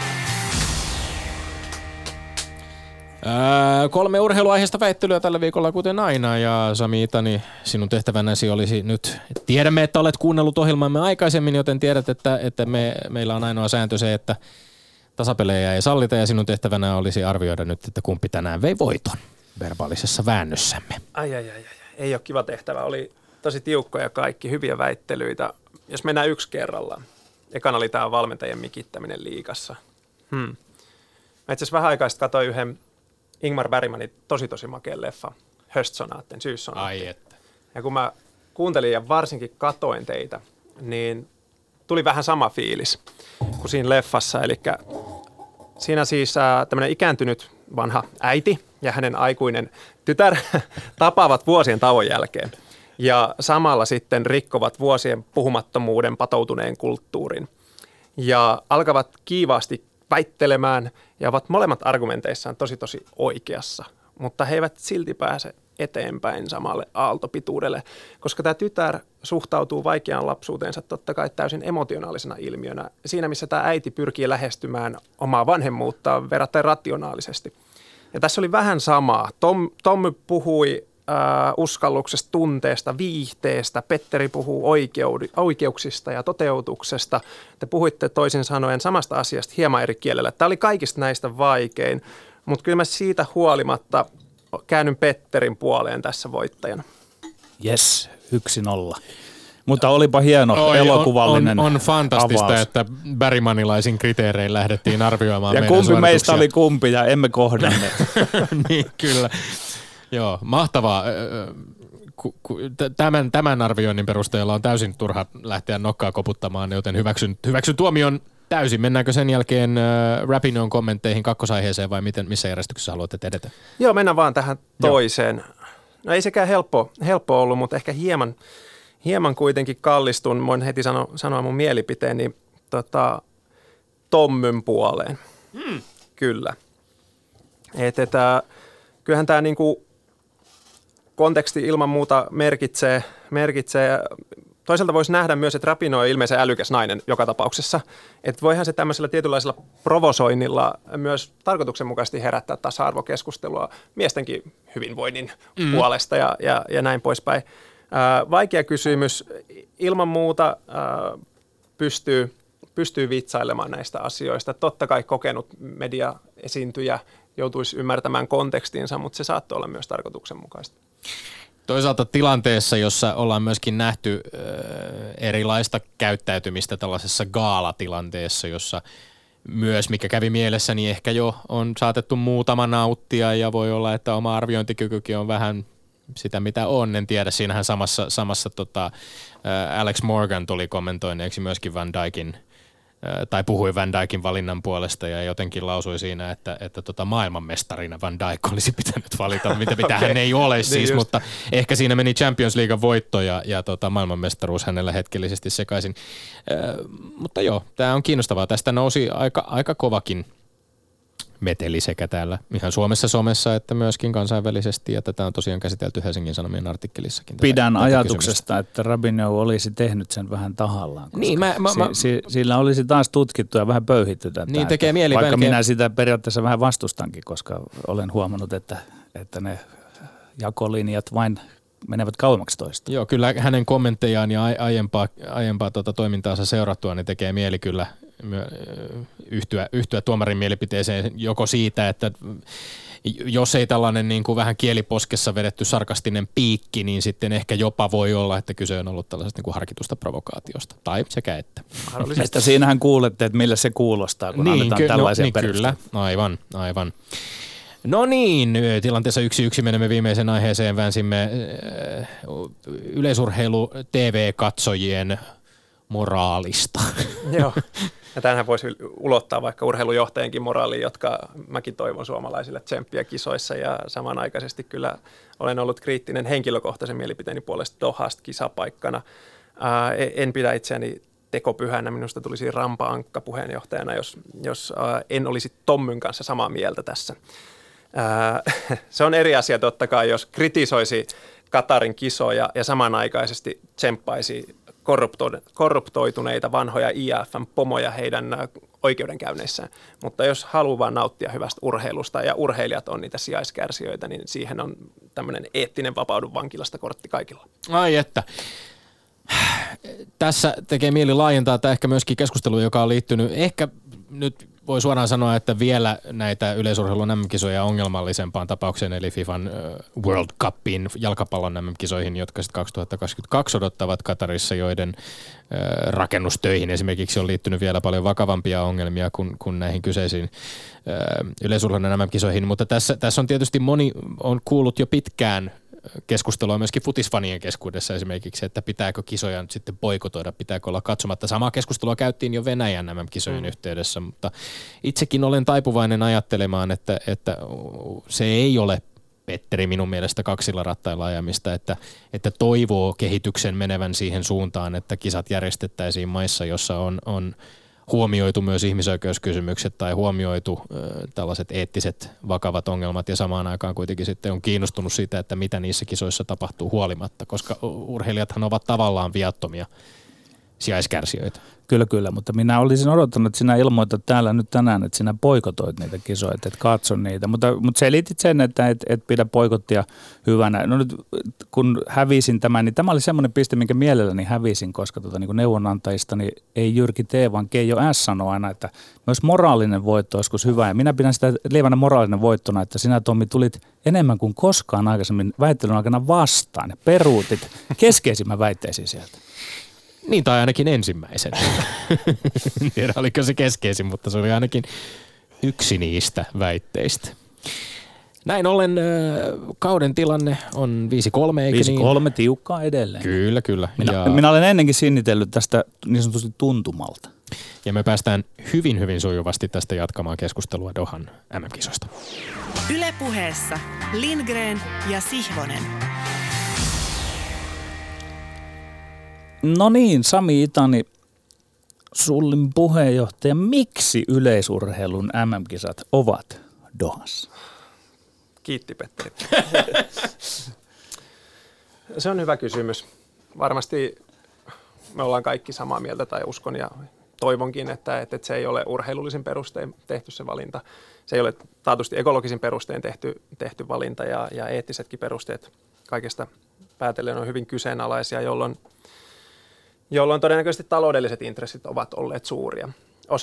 3 urheiluaiheista väittelyä tällä viikolla kuten aina ja Sami Itani, sinun tehtävänäsi olisi nyt, tiedämme, että olet kuunnellut ohjelmamme aikaisemmin, joten tiedät, että meillä on ainoa sääntö se, että tasapelejä ei sallita ja sinun tehtävänä olisi arvioida nyt, että kumpi tänään vei voiton verbaalisessa väännössämme. Ei ole kiva tehtävä, oli tosi tiukkoja kaikki, hyviä väittelyitä. Jos mennään yksi kerrallaan. Ekana oli tämä valmentajien mikittäminen liigassa. Mä itse asiassa vähän aikaa sitten katsoin yhden Ingmar Bergmanin tosi makeen leffa, Höstsonaten, syyssonaten. Ai että. Ja kun mä kuuntelin ja varsinkin katoin teitä, niin tuli vähän sama fiilis kuin siinä leffassa. Eli siinä siis tämmöinen ikääntynyt vanha äiti ja hänen aikuinen tytär tapaavat vuosien tauon jälkeen. Ja samalla sitten rikkovat vuosien puhumattomuuden patoutuneen kulttuurin. Ja alkavat kiivaasti väittelemään ja ovat molemmat argumenteissaan tosi oikeassa, mutta he eivät silti pääse eteenpäin samalle aaltopituudelle, koska tämä tytär suhtautuu vaikeaan lapsuuteensa totta kai täysin emotionaalisena ilmiönä. Siinä, missä tämä äiti pyrkii lähestymään omaa vanhemmuuttaan verrattain rationaalisesti. Ja tässä oli vähän samaa. Tommy puhui uskalluksesta, tunteesta, viihteestä. Petteri puhuu oikeuksista ja toteutuksesta. Te puhuitte toisin sanoen samasta asiasta hieman eri kielellä. Tämä oli kaikista näistä vaikein, mutta kyllä mä siitä huolimatta käännyn Petterin puoleen tässä voittajana. Yes, 1-0. Mutta olipa hieno elokuvallinen on fantastista, avaus. että Bergmanilaisin kriteerein lähdettiin arvioimaan ja meidän kumpi meistä oli kumpi ja emme kohdanneet. Niin, kyllä. Joo, mahtavaa. Tämän arvioinnin perusteella on täysin turha lähteä nokkaa koputtamaan, joten hyväksyn tuomion täysin. Mennäänkö sen jälkeen Rapinon kommentteihin kakkosaiheeseen vai missä järjestyksessä haluatte edetä? Joo, mennään vaan tähän toiseen. No ei sekään helppo ollut, mutta ehkä hieman kuitenkin kallistun. Voin heti sanoa mun mielipiteeni Tommyn puoleen. Kyllä. Kyllähän tämä niinku konteksti ilman muuta merkitsee. Toisaalta voisi nähdä myös, että Rapinoe on ilmeisen älykäs nainen joka tapauksessa. Että voihan se tämmöisellä tietynlaisella provosoinnilla myös tarkoituksenmukaisesti herättää tasa-arvokeskustelua miestenkin hyvinvoinnin puolesta ja näin poispäin. Vaikea kysymys. Ilman muuta pystyy vitsailemaan näistä asioista. Totta kai kokenut mediaesiintyjä joutuisi ymmärtämään kontekstinsa, mutta se saattoi olla myös tarkoituksenmukaista. Toisaalta tilanteessa, jossa ollaan myöskin nähty erilaista käyttäytymistä tällaisessa gaalatilanteessa, jossa myös, mikä kävi mielessäni, ehkä jo on saatettu muutama nauttia ja voi olla, että oma arviointikykykin on vähän sitä, mitä on. En tiedä, siinähän samassa Alex Morgan tuli kommentoineeksi myöskin Van Dijkin, tai puhui Van Dijkin valinnan puolesta ja jotenkin lausui siinä, että maailmanmestarina Van Dijk olisi pitänyt valita, mitä hän ei ole siis, niin mutta ehkä siinä meni Champions Leaguean voitto ja maailmanmestaruus hänellä hetkellisesti sekaisin. Mutta joo, tämä on kiinnostavaa. Tästä nousi aika kovakin meteli sekä täällä ihan Suomessa somessa että myöskin kansainvälisesti, ja tätä on tosiaan käsitelty Helsingin Sanomien artikkelissakin. Pidän ajatuksesta, että Rabinho olisi tehnyt sen vähän tahallaan, koska niin, sillä olisi taas tutkittu ja vähän pöyhitty tätä. Niin tekee mieli vaikka minä sitä periaatteessa vähän vastustankin, koska olen huomannut, että ne jakolinjat vain menevät kauemmaksi toista. Joo, kyllä hänen kommenttejaan ja aiempaa toimintaansa seurattua, niin tekee mieli kyllä yhtyä tuomarin mielipiteeseen joko siitä, että jos ei tällainen niin kuin vähän kieliposkessa vedetty sarkastinen piikki, niin sitten ehkä jopa voi olla, että kyse on ollut tällaisesta niin kuin harkitusta provokaatiosta. Tai sekä että. Että siinähän kuulette, että millä se kuulostaa, kun annetaan tällaisia perusteita. Kyllä, aivan. No niin, tilanteessa 1-1 menemme viimeisen aiheeseen, väänsimme yleisurheilu TV-katsojien moraalista. Joo, ja tämähän voisi ulottaa vaikka urheilujohtajienkin moraaliin, jotka mäkin toivon suomalaisille tsemppiä kisoissa, ja samanaikaisesti kyllä olen ollut kriittinen henkilökohtaisen mielipiteeni puolesta Dohasta kisapaikkana. En pidä itseäni tekopyhänä, minusta tulisi rampa-ankka puheenjohtajana, jos en olisi Tommyn kanssa samaa mieltä tässä. Se on eri asia totta kai, jos kritisoisi Katarin kisoja ja samanaikaisesti tsemppaisi korruptoituneita vanhoja IAFn-pomoja heidän oikeudenkäynneissään. Mutta jos haluaa nauttia hyvästä urheilusta ja urheilijat on niitä sijaiskärsijöitä, niin siihen on tämmöinen eettinen vapaudu vankilasta kortti kaikilla. Ai että. Tässä tekee mieli laajentaa tämä ehkä myöskin keskustelu, joka on liittynyt ehkä nyt voi suoraan sanoa, että vielä näitä yleisurheilun MM-kisoja ongelmallisempaan tapaukseen, eli FIFAn World Cupin jalkapallon MM-kisoihin, jotka sitten 2022 odottavat Katarissa, joiden rakennustöihin esimerkiksi on liittynyt vielä paljon vakavampia ongelmia kuin näihin kyseisiin yleisurheilun MM-kisoihin. Mutta tässä on tietysti moni on kuullut jo pitkään keskustelua myöskin futisfanien keskuudessa esimerkiksi, että pitääkö kisoja nyt sitten boikotoida, pitääkö olla katsomatta. Samaa keskustelua käyttiin jo Venäjän MM-kisojen yhteydessä, mutta itsekin olen taipuvainen ajattelemaan, että se ei ole, Petteri, minun mielestä kaksilla rattailla ajamista, että toivoo kehityksen menevän siihen suuntaan, että kisat järjestettäisiin maissa, jossa on huomioitu myös ihmisoikeuskysymykset tai huomioitu tällaiset eettiset vakavat ongelmat ja samaan aikaan kuitenkin sitten on kiinnostunut siitä, että mitä niissä kisoissa tapahtuu huolimatta, koska urheilijathan ovat tavallaan viattomia sijaiskärsijöitä. Kyllä, mutta minä olisin odottanut, että sinä ilmoitat täällä nyt tänään, että sinä boikotoit niitä kisoja, että et katso niitä, mutta selitit sen, että et pidä boikottia hyvänä. No nyt kun hävisin tämän, niin tämä oli semmoinen piste, minkä mielelläni hävisin, koska niin kuin neuvonantajista niin ei Jyrki T, vaan Keijo S sanoo aina, että myös moraalinen voitto olisi hyvä. Ja minä pidän sitä lievänä moraalinen voittona, että sinä, Tommi, tulit enemmän kuin koskaan aikaisemmin väittelyn aikana vastaan ja peruutit keskeisimmän väitteisiin sieltä. Niin, tai ainakin ensimmäisen. En tiedä, oliko se keskeisin, mutta se oli ainakin yksi niistä väitteistä. Näin ollen kauden tilanne on 5-3, eikö niin? 5-3, tiukkaa edelleen. Kyllä. Minä olen ennenkin sinnitellyt tästä niin sanotusti tuntumalta. Ja me päästään hyvin sujuvasti tästä jatkamaan keskustelua Dohan MM-kisoista. Yle Puheessa Lindgren ja Sihvonen. No niin, Sami Itani, Sullin puheenjohtaja. Miksi yleisurheilun MM-kisat ovat Dohassa? Kiitti, Petteri. Se on hyvä kysymys. Varmasti me ollaan kaikki samaa mieltä tai uskon ja toivonkin, että se ei ole urheilullisin perustein tehty se valinta. Se ei ole taatusti ekologisin perustein tehty valinta ja eettisetkin perusteet kaikesta päätellen on hyvin kyseenalaisia, jolloin todennäköisesti taloudelliset intressit ovat olleet suuria.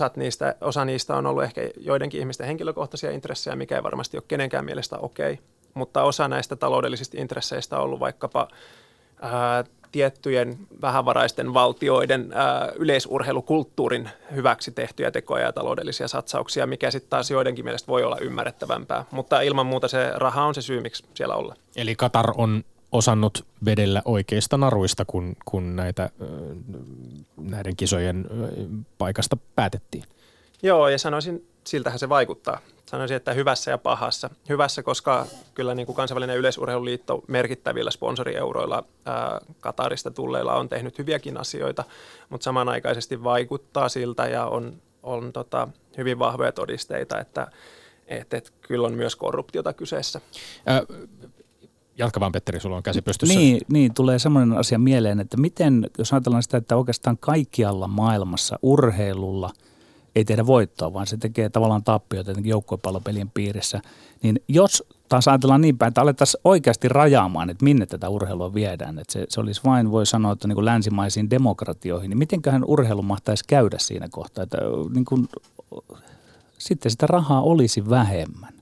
Osa niistä on ollut ehkä joidenkin ihmisten henkilökohtaisia intressejä, mikä ei varmasti ole kenenkään mielestä okei. mutta osa näistä taloudellisista intresseistä on ollut vaikkapa tiettyjen vähävaraisten valtioiden yleisurheilukulttuurin hyväksi tehtyjä tekoja ja taloudellisia satsauksia, mikä sitten taas joidenkin mielestä voi olla ymmärrettävämpää. Mutta ilman muuta se raha on se syy, miksi siellä ollaan. Eli Katar on osannut vedellä oikeista naruista, kun näiden kisojen paikasta päätettiin. Joo, ja sanoisin, siltähän se vaikuttaa. Sanoisin, että hyvässä ja pahassa. Hyvässä, koska kyllä niin kuin kansainvälinen yleisurheiluliitto merkittävillä sponsorieuroilla Katarista tulleilla on tehnyt hyviäkin asioita, mutta samanaikaisesti vaikuttaa siltä ja on hyvin vahvoja todisteita, että kyllä on myös korruptiota kyseessä. Jatka vaan, Petteri, sulla on käsi pystyssä. Niin, tulee semmoinen asia mieleen, että miten, jos ajatellaan sitä, että oikeastaan kaikkialla maailmassa urheilulla ei tehdä voittoa, vaan se tekee tavallaan tappioita jotenkin joukkuepallopelien piirissä, niin jos taas ajatellaan niin päin, että alettaisiin oikeasti rajaamaan, että minne tätä urheilua viedään, että se olisi vain, voi sanoa, että niin kuin länsimaisiin demokratioihin, niin mitenköhän urheilu mahtaisi käydä siinä kohtaa, että niin kuin, sitten sitä rahaa olisi vähemmän.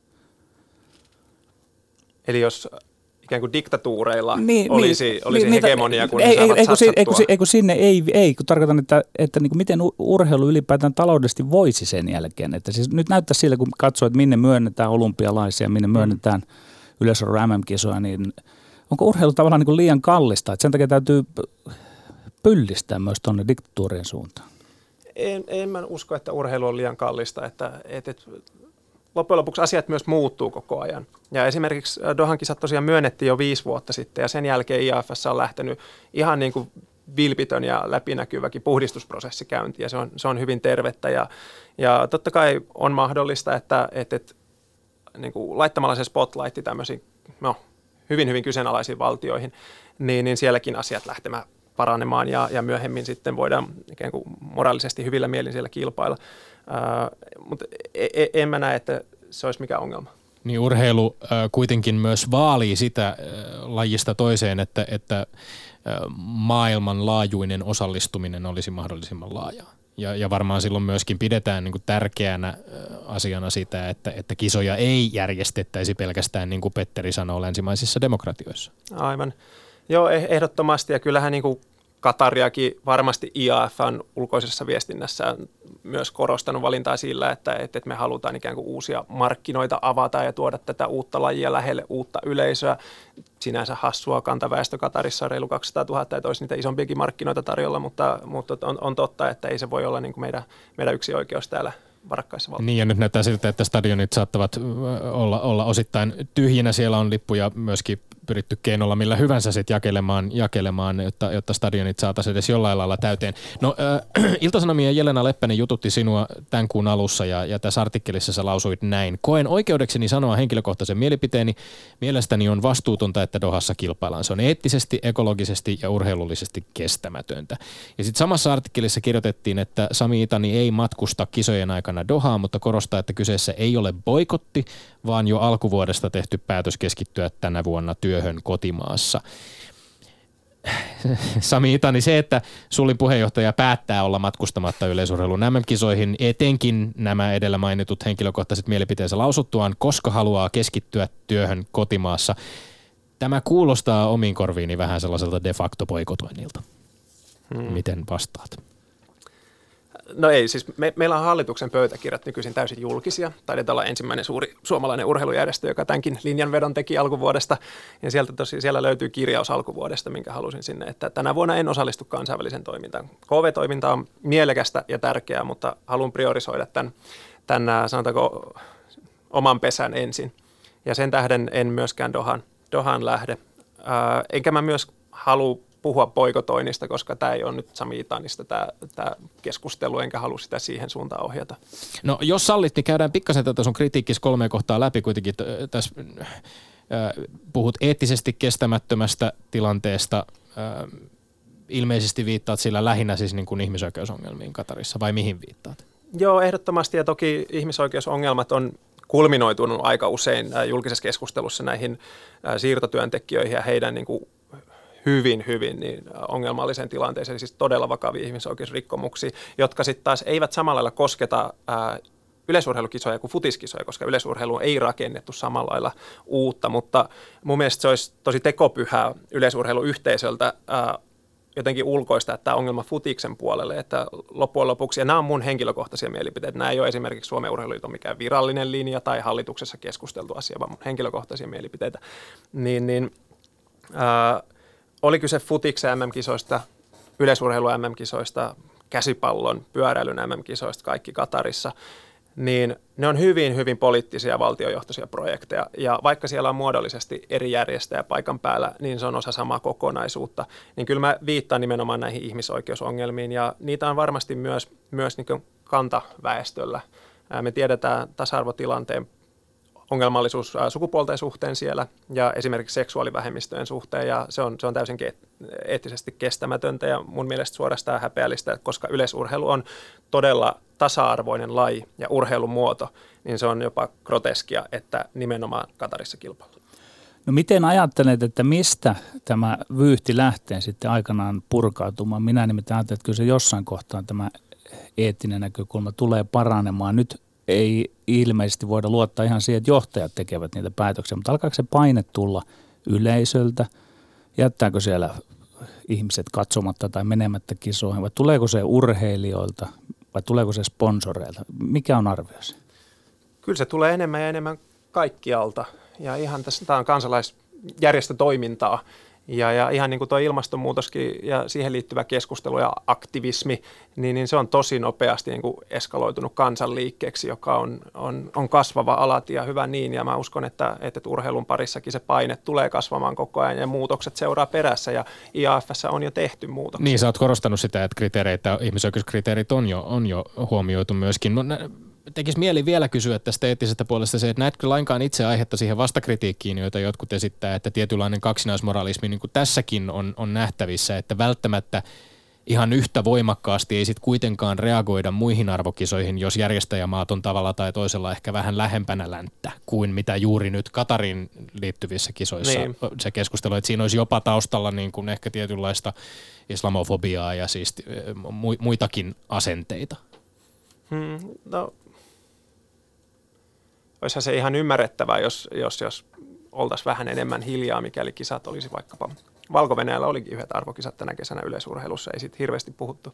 Eli jos ikään kuin diktatuureilla olisi hegemonia, kun ei, saavat satsattua. Kun sinne ei, kun tarkoitan, että niin kuin miten urheilu ylipäätään taloudellisesti voisi sen jälkeen. Että siis nyt näyttää sillä, kun katsoo, että minne myönnetään olympialaisia, minne myönnetään yleisurheilu MM-kisoja, niin onko urheilu tavallaan niin kuin liian kallista? Että sen takia täytyy pyllistää myös tuonne diktatuurien suuntaan. En mä usko, että urheilu on liian kallista, että loppujen lopuksi asiat myös muuttuu koko ajan. Ja esimerkiksi Dohan kisat tosiaan myönnettiin jo 5 vuotta sitten ja sen jälkeen IAFS on lähtenyt ihan niin kuin vilpitön ja läpinäkyväkin puhdistusprosessi käyntiin ja se on hyvin tervettä. Ja totta kai on mahdollista, että niin kuin laittamalla se spotlightti tämmöisiin hyvin, hyvin kyseenalaisiin valtioihin, niin sielläkin asiat lähtemään paranemaan ja myöhemmin sitten voidaan ikään kuin moraalisesti hyvillä mielin siellä kilpailla. Mutta en mä näe, että se olisi mikään ongelma. Niin urheilu kuitenkin myös vaalii sitä lajista toiseen, että maailmanlaajuinen osallistuminen olisi mahdollisimman laajaa. Ja varmaan silloin myöskin pidetään niin kuin tärkeänä asiana sitä, että kisoja ei järjestettäisi pelkästään, niin kuin Petteri sanoo, länsimaisissa demokratioissa. Aivan. Joo, ehdottomasti. Ja kyllähän niin kuin Katariakin varmasti IAF:n ulkoisessa viestinnässä myös korostanut valintaa sillä, että me halutaan ikään kuin uusia markkinoita avata ja tuoda tätä uutta lajia lähelle uutta yleisöä. Sinänsä hassua, kantaväestö Katarissa on reilu 200 000, että olisi niitä isompiakin markkinoita tarjolla, mutta on totta, että ei se voi olla niin kuin meidän yksi oikeus täällä varakkaissa valtioissa. Niin, ja nyt näyttää siltä, että stadionit saattavat olla osittain tyhjinä. Siellä on lippuja myöskin pyritty keinolla millä hyvänsä sit jakelemaan jotta stadionit saataisiin edes jollain lailla täyteen. No, Ilta-Sanomien Jelena Leppänen jututti sinua tämän kuun alussa ja tässä artikkelissa sä lausuit näin. Koen oikeudekseni sanoa henkilökohtaisen mielipiteeni. Mielestäni on vastuutonta, että Dohassa kilpaillaan. Se on eettisesti, ekologisesti ja urheilullisesti kestämätöntä. Ja sitten samassa artikkelissa kirjoitettiin, että Sami Itani ei matkusta kisojen aikana Dohaan, mutta korostaa, että kyseessä ei ole boikotti, vaan jo alkuvuodesta tehty päätös keskittyä tänä vuonna työhön kotimaassa. Sami Itani, se, että Sullin puheenjohtaja päättää olla matkustamatta yleisurheilun MM-kisoihin, etenkin nämä edellä mainitut henkilökohtaiset mielipiteensä lausuttuaan, koska haluaa keskittyä työhön kotimaassa. Tämä kuulostaa omiin korviini vähän sellaiselta de facto boikotoinnilta. Miten vastaat? No ei, siis meillä on hallituksen pöytäkirjat nykyisin täysin julkisia. Taidetaan olla ensimmäinen suuri suomalainen urheilujärjestö, joka tämänkin linjanvedon teki alkuvuodesta. Ja siellä löytyy kirjaus alkuvuodesta, minkä halusin sinne, että tänä vuonna en osallistu kansainväliseen toimintaan. KV-toiminta on mielekästä ja tärkeää, mutta haluan priorisoida tämän sanotaanko oman pesän ensin. Ja sen tähden en myöskään Dohaan lähde. Enkä mä myös halua puhua boikotoinnista, koska tämä ei ole nyt Sami Itanista tämä keskustelu, enkä halua sitä siihen suuntaan ohjata. No jos sallit, niin käydään pikkasen tätä sun kritiikkis 3 kohtaa läpi kuitenkin. Tässä puhut eettisesti kestämättömästä tilanteesta. Ilmeisesti viittaat sillä lähinnä siis niin kuin ihmisoikeusongelmiin Katarissa, vai mihin viittaat? Joo, ehdottomasti, ja toki ihmisoikeusongelmat on kulminoitunut aika usein julkisessa keskustelussa näihin siirtotyöntekijöihin ja heidän niin kuin hyvin niin ongelmalliseen tilanteeseen, siis todella vakavia ihmisoikeusrikkomuksia, jotka sitten taas eivät samalla lailla kosketa yleisurheilukisoja kuin futiskisoja, koska yleisurheilu ei rakennettu samalla lailla uutta, mutta mun mielestä se olisi tosi tekopyhää yleisurheiluyhteisöltä jotenkin ulkoista tämä ongelma futiksen puolelle, että loppujen lopuksi, ja nämä on mun henkilökohtaisia mielipiteitä, nämä ei ole esimerkiksi Suomen Urheiluliiton mikään virallinen linja tai hallituksessa keskusteltu asia, vaan mun henkilökohtaisia mielipiteitä, oli kyse futiksen MM-kisoista, yleisurheilu MM-kisoista, käsipallon, pyöräilyn MM-kisoista, kaikki Katarissa, niin ne on hyvin, hyvin poliittisia valtiojohtoisia projekteja. Ja vaikka siellä on muodollisesti eri järjestäjä paikan päällä, niin se on osa samaa kokonaisuutta. Niin kyllä mä viittaan nimenomaan näihin ihmisoikeusongelmiin, ja niitä on varmasti myös niin kuin kantaväestöllä. Me tiedetään tasa-arvotilanteen ongelmallisuus sukupuolten suhteen siellä ja esimerkiksi seksuaalivähemmistöjen suhteen, ja se on täysin eettisesti kestämätöntä ja mun mielestä suorastaan häpeällistä, koska yleisurheilu on todella tasa-arvoinen laji ja urheilumuoto, niin se on jopa groteskia, että nimenomaan Katarissa kilpaillaan. No miten ajattelet, että mistä tämä vyyhti lähtee sitten aikanaan purkautumaan? Minä nimittäin ajattelen, että kyllä se jossain kohtaa tämä eettinen näkökulma tulee paranemaan. Nyt ei ilmeisesti voida luottaa ihan siihen, että johtajat tekevät niitä päätöksiä, mutta alkaako se paine tulla yleisöltä? Jättääkö siellä ihmiset katsomatta tai menemättä kisoihin vai tuleeko se urheilijoilta vai tuleeko se sponsoreilta? Mikä on arviosi? Kyllä se tulee enemmän ja enemmän kaikkialta ja ihan tämä on kansalaisjärjestötoimintaa. Ja ihan niin kuin tuo ilmastonmuutoskin ja siihen liittyvä keskustelu ja aktivismi, niin se on tosi nopeasti niin kuin eskaloitunut kansanliikkeeksi, joka on kasvava alati ja hyvä niin. Ja mä uskon, että urheilun parissakin se paine tulee kasvamaan koko ajan ja muutokset seuraa perässä ja IAF:ssä on jo tehty muutoksia. Niin, sä oot korostanut sitä, että ihmisoikeuskriteerit on jo huomioitu myöskin. No, tekisi mieli vielä kysyä tästä eettisestä puolesta se, että näetkö lainkaan itse aihetta siihen vastakritiikkiin, joita jotkut esittää, että tietynlainen kaksinaismoralismi niin kuin tässäkin on nähtävissä, että välttämättä ihan yhtä voimakkaasti ei sitten kuitenkaan reagoida muihin arvokisoihin, jos järjestäjämaat on tavalla tai toisella ehkä vähän lähempänä länttä kuin mitä juuri nyt Katarin liittyvissä kisoissa niin. Se keskustelu, että siinä olisi jopa taustalla niin kuin ehkä tietynlaista islamofobiaa ja siis muitakin asenteita. No. Olisihan se ihan ymmärrettävää, jos oltaisiin vähän enemmän hiljaa, mikäli kisat olisi vaikkapa. Valko-Venäjällä olikin yhdet arvokisat tänä kesänä yleisurheilussa, ei siitä hirveästi puhuttu.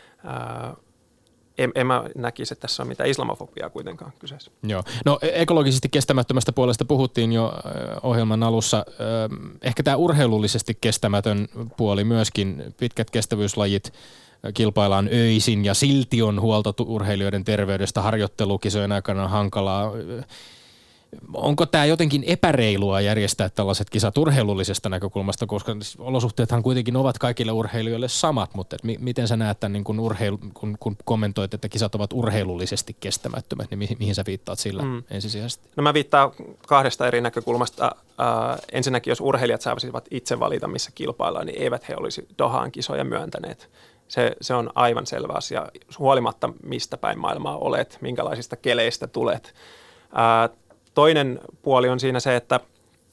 En mä näkisi, että tässä on mitään islamofobiaa kuitenkaan kyseessä. Joo. No ekologisesti kestämättömästä puolesta puhuttiin jo ohjelman alussa. Ehkä tämä urheilullisesti kestämätön puoli myöskin, pitkät kestävyyslajit, kilpaillaan öisin ja silti on huolta urheilijoiden terveydestä, harjoittelukisojen aikana hankalaa. Onko tämä jotenkin epäreilua järjestää tällaiset kisat urheilullisesta näkökulmasta, koska olosuhteethan kuitenkin ovat kaikille urheilijoille samat, mutta miten sä näet tämän, niin kun kommentoit, että kisat ovat urheilullisesti kestämättömät, niin mihin sä viittaat sillä ensisijaisesti? No mä viittaan kahdesta eri näkökulmasta. Ensinnäkin, jos urheilijat saisivat itse valita, missä kilpaillaan, niin eivät he olisi Dohaan kisoja myöntäneet. Se on aivan selvä asia, huolimatta mistä päin maailmaa olet, minkälaisista keleistä tulet. Toinen puoli on siinä se, että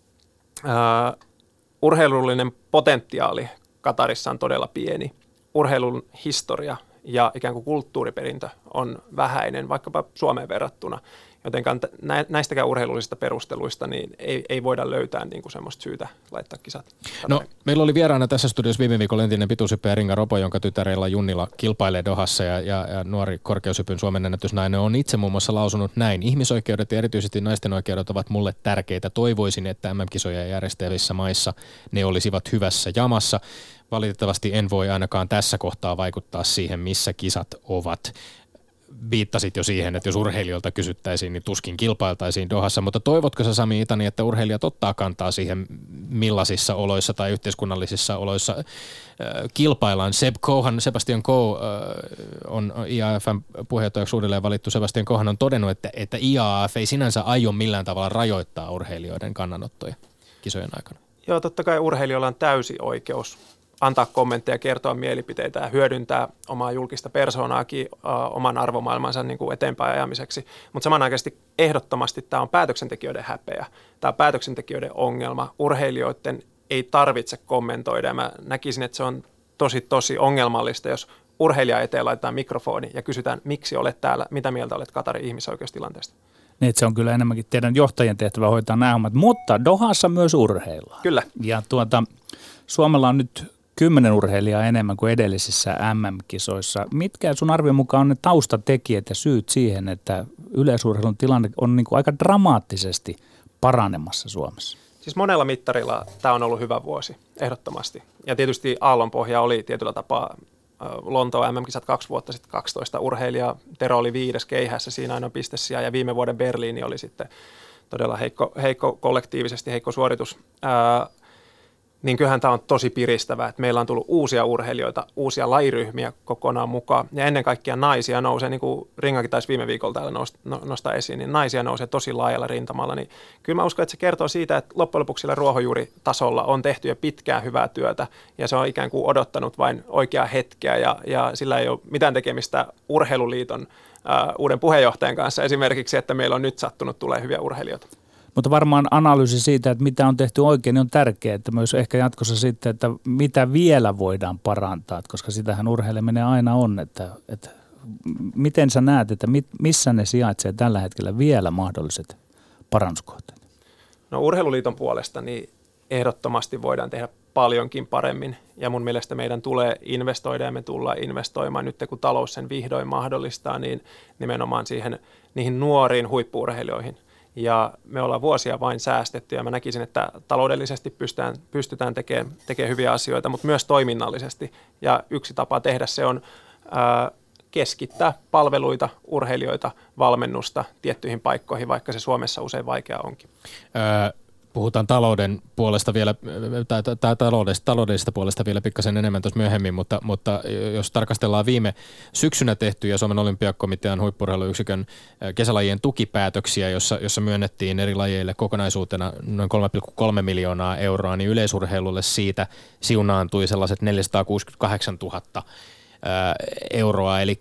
urheilullinen potentiaali Katarissa on todella pieni. Urheilun historia ja ikään kuin kulttuuriperintö on vähäinen, vaikkapa Suomeen verrattuna. Jotenkaan näistäkään urheilullisista perusteluista niin ei voida löytää niin kuin semmoista syytä laittaa kisat. No, meillä oli vieraana tässä studiossa viime viikolla entinen pituushyppyjä Ringa Ropo, jonka tytärellä Junnila kilpailee Dohassa ja nuori korkeushypyn Suomen ennätysnainen on itse muun muassa lausunut näin. Ihmisoikeudet ja erityisesti naisten oikeudet ovat mulle tärkeitä. Toivoisin, että MM-kisoja järjestävissä maissa ne olisivat hyvässä jamassa. Valitettavasti en voi ainakaan tässä kohtaa vaikuttaa siihen, missä kisat ovat. Viittasit jo siihen, että jos urheilijoilta kysyttäisiin, niin tuskin kilpailtaisiin Dohassa, mutta toivotko sä, Sami Itani, että urheilijat ottaa kantaa siihen, millaisissa oloissa tai yhteiskunnallisissa oloissa kilpaillaan? Sebastian Coe on IAF:n puheenjohtajaksi uudelleen valittu. Sebastian Coehan on todennut, että IAF ei sinänsä aio millään tavalla rajoittaa urheilijoiden kannanottoja kisojen aikana. Joo, totta kai urheilijoilla on täysi oikeus antaa kommentteja, kertoa mielipiteitä ja hyödyntää omaa julkista persoonaakin oman arvomaailmansa niin kuin eteenpäin ajamiseksi. Mutta samanaikaisesti ehdottomasti tämä on päätöksentekijöiden häpeä. Tämä on päätöksentekijöiden ongelma. Urheilijoiden ei tarvitse kommentoida. Ja mä näkisin, että se on tosi ongelmallista, jos urheilija eteen laitetaan mikrofoni ja kysytään, miksi olet täällä, mitä mieltä olet Qatarin ihmisoikeustilanteesta. Niin, että se on kyllä enemmänkin teidän johtajien tehtävä hoitaa nämä hommat, mutta Dohassa myös urheillaan. Kyllä. Ja Suomella on nyt 10 urheilijaa enemmän kuin edellisissä MM-kisoissa. Mitkä sun arvion mukaan on ne taustatekijät ja syyt siihen, että yleisurheilun tilanne on niin kuin aika dramaattisesti paranemassa Suomessa? Siis monella mittarilla tämä on ollut hyvä vuosi, ehdottomasti. Ja tietysti aallonpohja oli tietyllä tapaa Lontoon MM-kisat 2 vuotta sitten 12 urheilijaa. Tero oli 5. keihässä, siinä aina pistesijaa, ja viime vuoden Berliini oli sitten todella heikko kollektiivisesti, heikko suoritus. Niin kyllähän tämä on tosi piristävää, että meillä on tullut uusia urheilijoita, uusia lajiryhmiä kokonaan mukaan. Ja ennen kaikkea naisia nousee, niin kuin Ringakin taisi viime viikolla täällä nostaa esiin, niin naisia nousee tosi laajalla rintamalla. Niin kyllä mä uskon, että se kertoo siitä, että loppujen lopuksi sillä ruohonjuuritasolla on tehty jo pitkään hyvää työtä. Ja se on ikään kuin odottanut vain oikeaa hetkeä ja sillä ei ole mitään tekemistä Urheiluliiton uuden puheenjohtajan kanssa esimerkiksi, että meillä on nyt sattunut tulee hyviä urheilijoita. Mutta varmaan analyysi siitä, että mitä on tehty oikein, niin on tärkeää, että myös ehkä jatkossa sitten, että mitä vielä voidaan parantaa, koska sitähän urheileminen aina on, että miten sä näet, että missä ne sijaitsee tällä hetkellä vielä mahdolliset parannuskohteet? No Urheiluliiton puolesta niin ehdottomasti voidaan tehdä paljonkin paremmin ja mun mielestä meidän tulee investoida ja me tullaan investoimaan nyt kun talous sen vihdoin mahdollistaa, niin nimenomaan niihin nuoriin huippu-urheilijoihin. Ja me ollaan vuosia vain säästetty ja mä näkisin, että taloudellisesti pystytään tekemään hyviä asioita, mutta myös toiminnallisesti. Ja yksi tapa tehdä se on keskittää palveluita, urheilijoita, valmennusta tiettyihin paikkoihin, vaikka se Suomessa usein vaikea onkin. Puhutaan talouden puolesta vielä, tai taloudellisesta puolesta vielä pikkasen enemmän tuossa myöhemmin, mutta jos tarkastellaan viime syksynä tehtyjä Suomen olympiakomitean huippu-urheiluyksikön kesälajien tukipäätöksiä, jossa myönnettiin eri lajeille kokonaisuutena noin 3,3 miljoonaa euroa, niin yleisurheilulle siitä siunaantui sellaiset 468 000 euroa, eli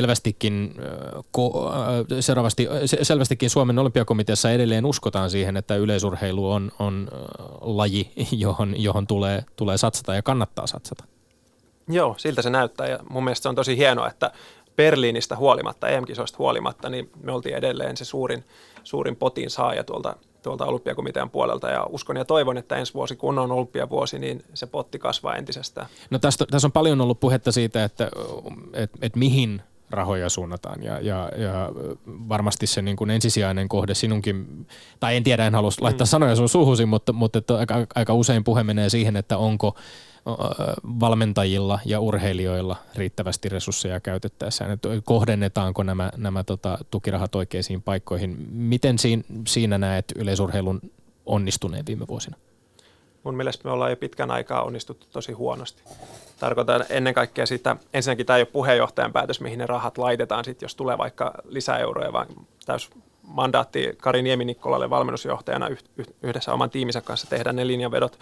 selvästikin Suomen olympiakomiteassa edelleen uskotaan siihen, että yleisurheilu on laji, johon tulee satsata ja kannattaa satsata. Joo, siltä se näyttää ja mun mielestä se on tosi hienoa, että Berliinistä huolimatta, EM-kisoista huolimatta, niin me oltiin edelleen se suurin potin saaja tuolta olympiakomitean puolelta ja uskon ja toivon, että ensi vuosi, kun on olympiavuosi, niin se potti kasvaa entisestään. No tässä on paljon ollut puhetta siitä, että mihin rahoja suunnataan ja varmasti se niin kuin ensisijainen kohde sinunkin, tai en tiedä, en halua laittaa sanoja sun suuhusi, mutta että aika usein puhe menee siihen, että onko valmentajilla ja urheilijoilla riittävästi resursseja käytettäessään, että kohdennetaanko nämä tukirahat oikeisiin paikkoihin. Miten siinä näet yleisurheilun onnistuneen viime vuosina? Mun mielestä me ollaan jo pitkän aikaa onnistuttu tosi huonosti. Tarkoitan ennen kaikkea sitä, ensinnäkin tämä ei ole puheenjohtajan päätös, mihin ne rahat laitetaan, sit, jos tulee vaikka lisäeuroja, vaan täys mandaatti Kari Niemi-Nikkolalle valmennusjohtajana yhdessä oman tiiminsä kanssa tehdä ne linjanvedot.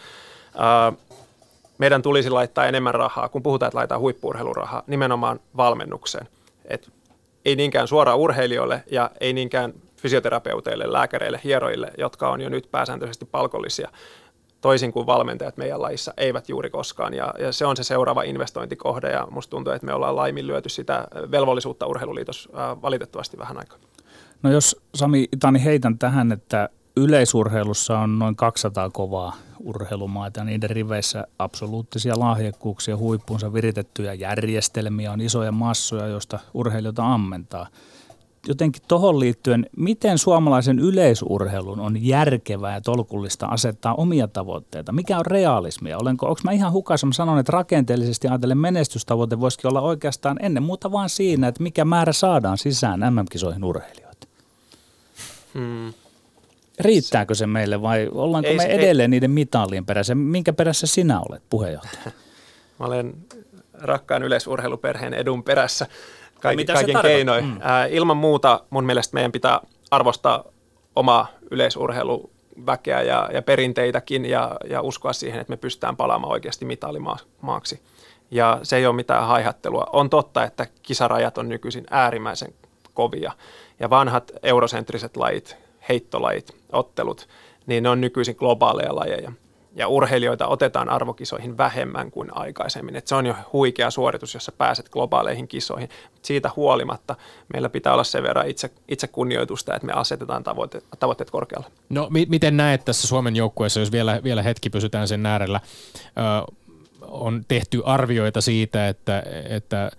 Meidän tulisi laittaa enemmän rahaa, kun puhutaan, että laitetaan huippu-urheilurahaa, nimenomaan valmennukseen. Et ei niinkään suoraan urheilijoille ja ei niinkään fysioterapeuteille, lääkäreille, hieroille, jotka on jo nyt pääsääntöisesti palkollisia, toisin kuin valmentajat meidän lajissa eivät juuri koskaan. Ja se on se seuraava investointikohde ja musta tuntuu, että me ollaan laiminlyöty sitä velvollisuutta Urheiluliitossa valitettavasti vähän aikaa. No jos Sami Itani heitän tähän, että yleisurheilussa on noin 200 kovaa urheilumaita ja niiden riveissä absoluuttisia lahjakkuuksia, huippuunsa viritettyjä järjestelmiä, on isoja massoja, joista urheilijoita ammentaa. Jotenkin tuohon liittyen, miten suomalaisen yleisurheilun on järkevää ja tolkullista asettaa omia tavoitteita? Mikä on realismia? Onko mä ihan hukassa? Mä sanon, että rakenteellisesti ajatellen menestystavoite voisikin olla oikeastaan ennen muuta vaan siinä, että mikä määrä saadaan sisään MM-kisoihin urheilijoita. Riittääkö se meille vai ollaanko me edelleen niiden mitalien perässä? Minkä perässä sinä olet, puheenjohtaja? Mä olen rakkaan yleisurheiluperheen edun perässä kaiken keinoin. Ilman muuta mun mielestä meidän pitää arvostaa omaa yleisurheiluväkeä ja perinteitäkin ja uskoa siihen, että me pystytään palaamaan oikeasti mitalimaaksi. Ja se ei ole mitään haihattelua. On totta, että kisarajat on nykyisin äärimmäisen kovia ja vanhat eurosentriset lajit, heittolajit, ottelut, niin ne on nykyisin globaaleja lajeja. ja urheilijoita otetaan arvokisoihin vähemmän kuin aikaisemmin. Et se on jo huikea suoritus, jos sä pääset globaaleihin kisoihin. Siitä huolimatta meillä pitää olla sen verran itse kunnioitusta, että me asetetaan tavoitteet korkealle. No miten näet tässä Suomen joukkueessa, jos vielä hetki pysytään sen äärellä, on tehty arvioita siitä, että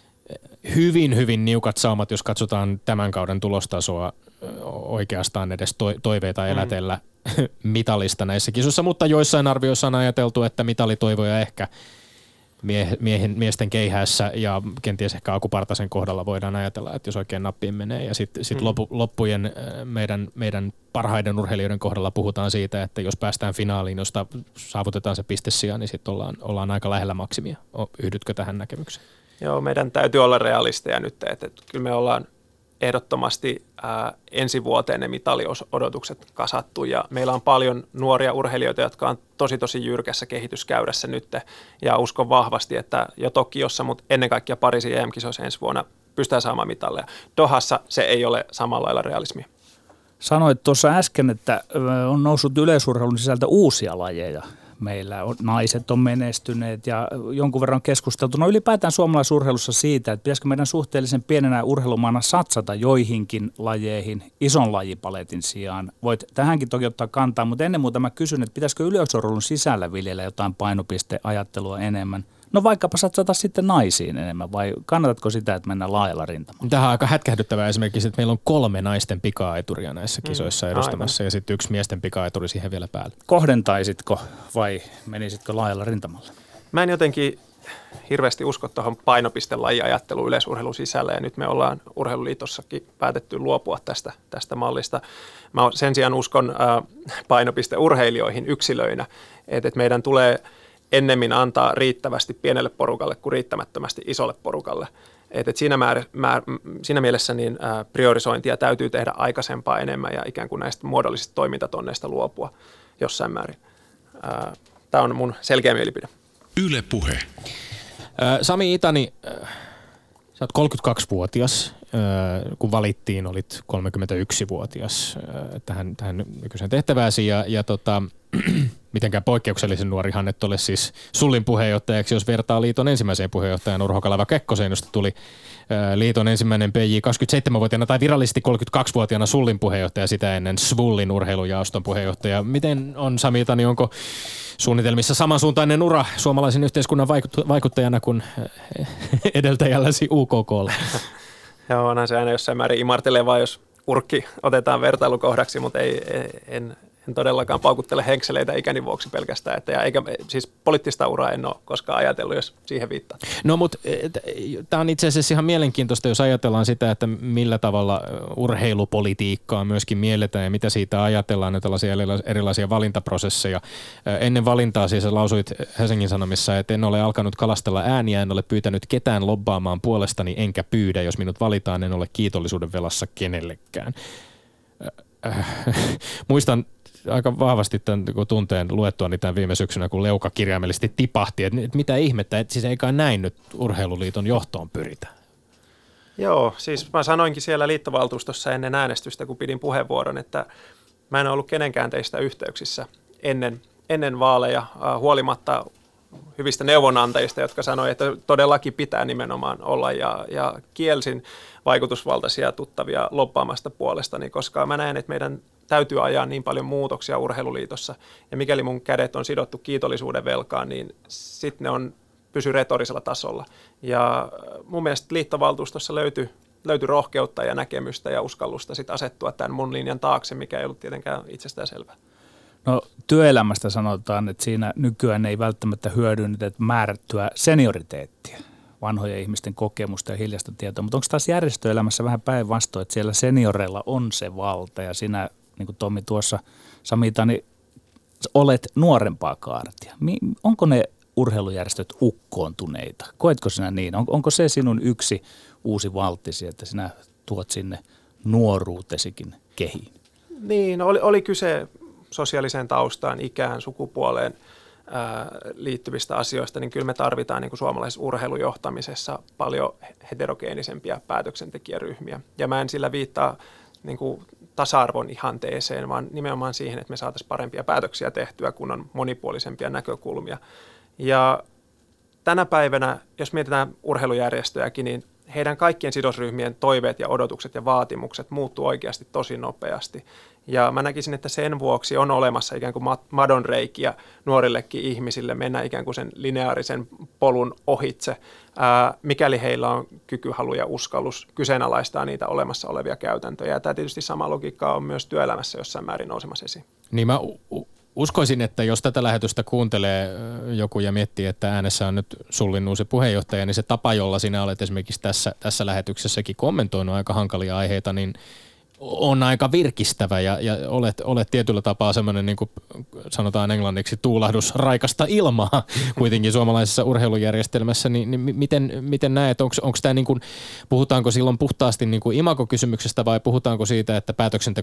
hyvin niukat saumat, jos katsotaan tämän kauden tulostasoa, oikeastaan edes toiveita elätellä mitalista näissä kisoissa, mutta joissain arvioissa on ajateltu, että mitalitoivoja ehkä miesten keihäässä ja kenties ehkä Aku Partasen kohdalla voidaan ajatella, että jos oikein nappiin menee ja sitten loppujen meidän parhaiden urheilijoiden kohdalla puhutaan siitä, että jos päästään finaaliin, josta saavutetaan se pistesija, niin sitten ollaan aika lähellä maksimia. Yhdytkö tähän näkemykseen? Joo, meidän täytyy olla realisteja nyt, että kyllä me ollaan ehdottomasti ensi vuoteen ne mitaliodotukset kasattu ja meillä on paljon nuoria urheilijoita, jotka on tosi jyrkässä kehityskäyrässä nyt ja uskon vahvasti, että jo Tokiossa, mutta ennen kaikkea Pariisin EM-kisoissa ensi vuonna pystytään saamaan mitalleja. Dohassa se ei ole samalla lailla realismia. Sanoit tuossa äsken, että on noussut yleisurheilun sisältä uusia lajeja. Meillä naiset on menestyneet ja jonkun verran on keskusteltu. No ylipäätään suomalaisurheilussa siitä, että pitäisikö meidän suhteellisen pienenä urheilumaana satsata joihinkin lajeihin ison lajipaletin sijaan. Voit tähänkin toki ottaa kantaa, mutta ennen muuta mä kysyn, että pitäisikö yleisurheilun sisällä viljellä jotain painopisteajattelua enemmän? No vaikkapa satsata sitten naisiin enemmän vai kannatatko sitä, että mennään laajalla rintamalla? Tähän on aika hätkähdyttävää esimerkiksi, että meillä on 3 naisten pika-aituria näissä kisoissa edustamassa ja sitten 1 miesten pika-aituri siihen vielä päälle. Kohdentaisitko vai menisitkö laajalla rintamalla? Mä en jotenkin hirveästi usko tuohon painopistelajiajatteluun yleisurheilun sisällä ja nyt me ollaan Urheiluliitossakin päätetty luopua tästä mallista. Mä sen sijaan uskon painopisteurheilijoihin yksilöinä, että meidän tulee ennemmin antaa riittävästi pienelle porukalle kuin riittämättömästi isolle porukalle. Siinä mielessä niin priorisointia täytyy tehdä aikaisempaa enemmän ja ikään kuin näistä muodollisista toimintatonneista luopua jossain määrin. Tämä on mun selkeä mielipide. Yle Puhe. Sami Itani, sä oot 32-vuotias. Kun valittiin, olit 31-vuotias tähän nykyiseen tehtävääsi ja mitenkään poikkeuksellisen nuorihan et ole siis Sullin puheenjohtajaksi, jos vertaa liiton ensimmäiseen puheenjohtajan Urho Kaleva Kekkoseen, josta tuli liiton ensimmäinen PJ 27-vuotiaana tai virallisesti 32-vuotiaana Sullin puheenjohtaja, sitä ennen Svullin urheilujaoston puheenjohtaja. Miten on, Sami Itani, onko suunnitelmissa samansuuntainen ura suomalaisen yhteiskunnan vaikuttajana kuin edeltäjälläsi UKK:lla? Joo, onhan se aina jossain määrin imartelevaa, jos urkki otetaan vertailukohdaksi, mutta en todellakaan paukuttele henkseleitä ikäni vuoksi pelkästään. Eikä siis poliittista uraa en ole koskaan ajatellut, jos siihen viittaa. No mutta tämä on itse asiassa ihan mielenkiintoista, jos ajatellaan sitä, että millä tavalla urheilupolitiikkaa myöskin mielletään ja mitä siitä ajatellaan, tällaisia erilaisia valintaprosesseja. Ennen valintaa siis lausuit Helsingin Sanomissa, että en ole alkanut kalastella ääniä, en ole pyytänyt ketään lobbaamaan puolestani enkä pyydä, jos minut valitaan, en ole kiitollisuuden velassa kenellekään. Muistan aika vahvasti tämän tunteen luettuani tämän viime syksynä, kun leuka kirjaimellisesti tipahti, että mitä ihmettä, että siis ei kai näin nyt Urheiluliiton johtoon pyritä. Joo, siis mä sanoinkin siellä liittovaltuustossa ennen äänestystä, kun pidin puheenvuoron, että mä en ollut kenenkään teistä yhteyksissä ennen vaaleja, huolimatta hyvistä neuvonantajista, jotka sanoivat, että todellakin pitää nimenomaan olla ja kielsin vaikutusvaltaisia tuttavia lobbaamasta puolestani, koska mä näen, että meidän täytyy ajaa niin paljon muutoksia Urheiluliitossa ja mikäli mun kädet on sidottu kiitollisuuden velkaan, niin sitten ne pysy retorisella tasolla. Ja mun mielestä liittovaltuustossa löytyi rohkeutta ja näkemystä ja uskallusta sit asettua tämän mun linjan taakse, mikä ei ollut tietenkään itsestäänselvää. No työelämästä sanotaan, että siinä nykyään ei välttämättä hyödynnetä määrättyä senioriteettia, vanhojen ihmisten kokemusta ja hiljaista tietoa, mutta onko taas järjestöelämässä vähän päinvastoin, että siellä senioreilla on se valta ja sinä, niin kuin Tommi tuossa, Sami Itani, olet nuorempaa kaartia. Onko ne urheilujärjestöt ukkoontuneita? Koetko sinä niin? Onko se sinun yksi uusi valttisi, että sinä tuot sinne nuoruutesikin kehiin? Niin, oli kyse sosiaaliseen taustaan, ikään, sukupuoleen liittyvistä asioista, niin kyllä me tarvitaan niin kuin suomalaisessa urheilujohtamisessa paljon heterogeenisempia päätöksentekijäryhmiä. Ja mä en sillä viittaa niin kuin tasa-arvon ihanteeseen, vaan nimenomaan siihen, että me saataisiin parempia päätöksiä tehtyä, kun on monipuolisempia näkökulmia. Ja tänä päivänä, jos mietitään urheilujärjestöjäkin, niin heidän kaikkien sidosryhmien toiveet ja odotukset ja vaatimukset muuttuu oikeasti tosi nopeasti. Ja mä näkisin, että sen vuoksi on olemassa ikään kuin madonreikiä nuorillekin ihmisille mennä ikään kuin sen lineaarisen polun ohitse, mikäli heillä on kyky, halu ja uskallus kyseenalaistaa niitä olemassa olevia käytäntöjä. Ja tämä tietysti sama logiikka on myös työelämässä jossain määrin nousemassa esiin. Niin mä uskoisin, että jos tätä lähetystä kuuntelee joku ja miettii, että äänessä on nyt Sullin uusi puheenjohtaja, niin se tapa, jolla sinä olet esimerkiksi tässä lähetyksessäkin kommentoinut aika hankalia aiheita, niin on aika virkistävä ja olet tietyllä tapaa semmoinen, niin kuin sanotaan englanniksi, tuulahdus raikasta ilmaa kuitenkin suomalaisessa urheilujärjestelmässä, niin miten näet, onko tämä niin kuin, puhutaanko silloin puhtaasti niin kuin imagokysymyksestä vai puhutaanko siitä, että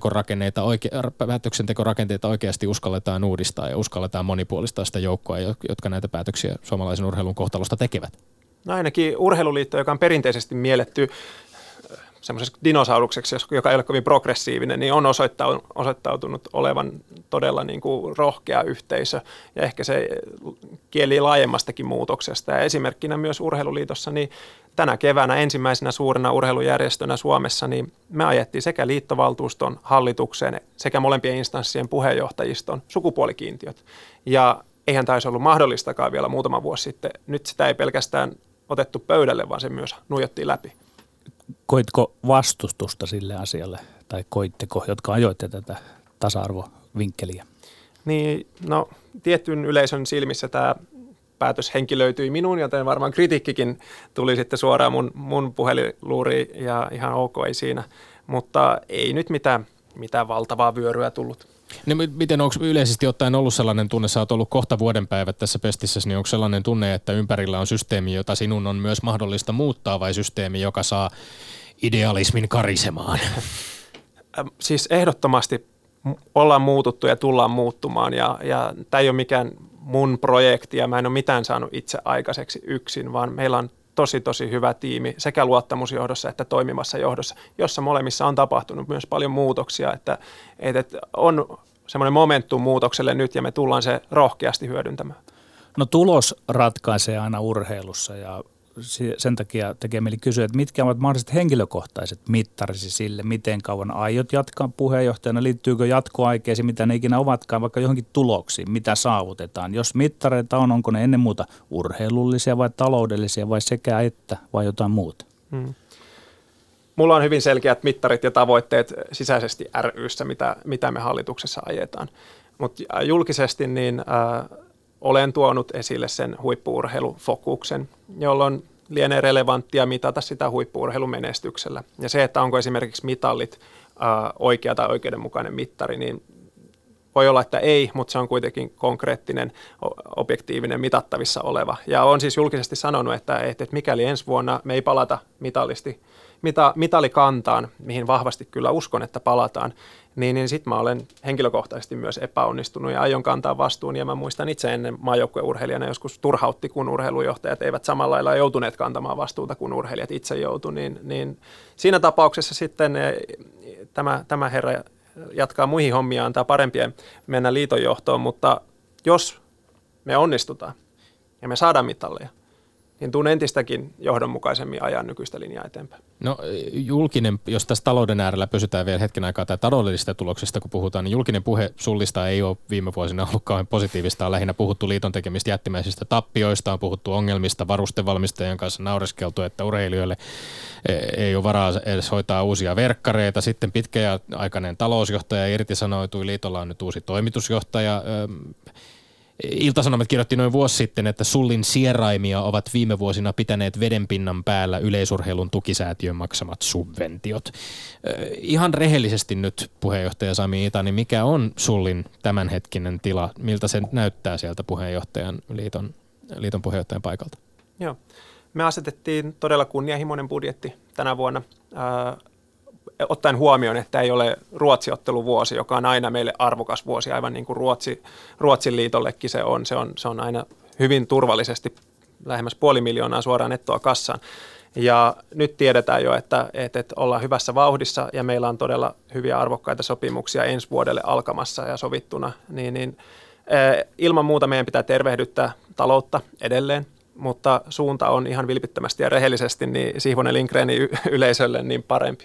päätöksentekorakenteita oikeasti uskalletaan uudistaa ja uskalletaan monipuolistaa sitä joukkoa, jotka näitä päätöksiä suomalaisen urheilun kohtalosta tekevät? No ainakin Urheiluliitto, joka on perinteisesti mielletty semmoiseksi dinosaurukseksi, joka ei ole kovin progressiivinen, niin on osoittautunut olevan todella niin kuin rohkea yhteisö ja ehkä se kieli laajemmastakin muutoksesta. Ja esimerkkinä myös Urheiluliitossa, niin tänä keväänä ensimmäisenä suurena urheilujärjestönä Suomessa, niin me ajettiin sekä liittovaltuuston, hallituksen sekä molempien instanssien puheenjohtajiston sukupuolikiintiöt. Ja eihän taisi ollut mahdollistakaan vielä muutama vuosi sitten. Nyt sitä ei pelkästään otettu pöydälle, vaan se myös nuijottiin läpi. Koitko vastustusta sille asialle, tai koitteko, jotka ajoitte tätä tasa-arvovinkkeliä? Niin, no tietyn yleisön silmissä tämä päätös henkilöityi minuun, joten varmaan kritiikkikin tuli sitten suoraan mun puhelinluuriin ja ihan ok ei siinä, mutta ei nyt mitään valtavaa vyöryä tullut. No, miten onko yleisesti ottaen ollut sellainen tunne, sä oot ollut kohta vuodenpäivät tässä pestissä, niin onko sellainen tunne, että ympärillä on systeemi, jota sinun on myös mahdollista muuttaa vai systeemi, joka saa idealismin karisemaan? Siis ehdottomasti ollaan muututtu ja tullaan muuttumaan ja tämä ei ole mikään mun projekti ja mä en ole mitään saanut itse aikaiseksi yksin, vaan meillä on tosi hyvä tiimi sekä luottamusjohdossa että toimivassa johdossa, jossa molemmissa on tapahtunut myös paljon muutoksia, että on semmoinen momentum muutokselle nyt ja me tullaan se rohkeasti hyödyntämään. No tulos ratkaisee aina urheilussa ja sen takia tekee mieli kysyä, että mitkä ovat mahdolliset henkilökohtaiset mittarisi sille, miten kauan aiot jatkaa puheenjohtajana, liittyykö jatkoaikeisiin, mitä ne ikinä ovatkaan, vaikka johonkin tuloksiin, mitä saavutetaan. Jos mittareita on, onko ne ennen muuta urheilullisia vai taloudellisia vai sekä että vai jotain muuta? Mulla on hyvin selkeät mittarit ja tavoitteet sisäisesti ry:ssä, mitä me hallituksessa ajetaan, mutta julkisesti niin olen tuonut esille sen huippu-urheilufokuksen, jolloin lienee relevanttia mitata sitä huippu-urheilumenestyksellä. Ja se, että onko esimerkiksi mitallit oikea tai oikeudenmukainen mittari, niin voi olla, että ei, mutta se on kuitenkin konkreettinen, objektiivinen, mitattavissa oleva. Ja olen siis julkisesti sanonut, että mikäli ensi vuonna me ei palata mitalikantaan, mihin vahvasti kyllä uskon, että palataan, niin sitten mä olen henkilökohtaisesti myös epäonnistunut ja aion kantaa vastuun. Ja mä muistan itse ennen maajoukkueurheilijana joskus turhautti, kun urheilujohtajat eivät samalla lailla joutuneet kantamaan vastuuta, kun urheilijat itse joutu. Niin siinä tapauksessa sitten tämä herra jatkaa muihin hommiin, antaa parempia mennä liiton johtoon, mutta jos me onnistutaan ja me saadaan mitalleja, niin tuun entistäkin johdonmukaisemmin ajan nykyistä linjaa eteenpäin. No julkinen, jos tässä talouden äärellä pysytään vielä hetken aikaa tai taloudellisista tuloksista, kun puhutaan, niin julkinen puhe Sullista ei ole viime vuosina ollut kauhean positiivista. On lähinnä puhuttu liiton tekemistä jättimäisistä tappioista, on puhuttu ongelmista varustevalmistajien kanssa, naureskeltu, että urheilijoille ei ole varaa edes hoitaa uusia verkkareita. Sitten pitkäaikainen talousjohtaja irtisanoitui, liitolla on nyt uusi toimitusjohtaja. Ilta-Sanomat kirjoitti noin vuosi sitten, että Sullin sieraimia ovat viime vuosina pitäneet vedenpinnan päällä yleisurheilun tukisäätiön maksamat subventiot. Ihan rehellisesti nyt puheenjohtaja Sami Ita, niin mikä on Sullin tämänhetkinen tila? Miltä se näyttää sieltä liiton puheenjohtajan paikalta? Joo. Me asetettiin todella kunnianhimoinen budjetti tänä vuonna. Ottaen huomioon, että ei ole Ruotsi-otteluvuosi, joka on aina meille arvokas vuosi, aivan niin kuin Ruotsin liitollekin se on aina hyvin turvallisesti lähemmäs 500 000 suoraan nettoa kassaan. Ja nyt tiedetään jo, että ollaan hyvässä vauhdissa ja meillä on todella hyviä arvokkaita sopimuksia ensi vuodelle alkamassa ja sovittuna. Ilman muuta meidän pitää tervehdyttää taloutta edelleen, mutta suunta on ihan vilpittömästi ja rehellisesti niin Sihvonen Lindgrenin yleisölle niin parempi.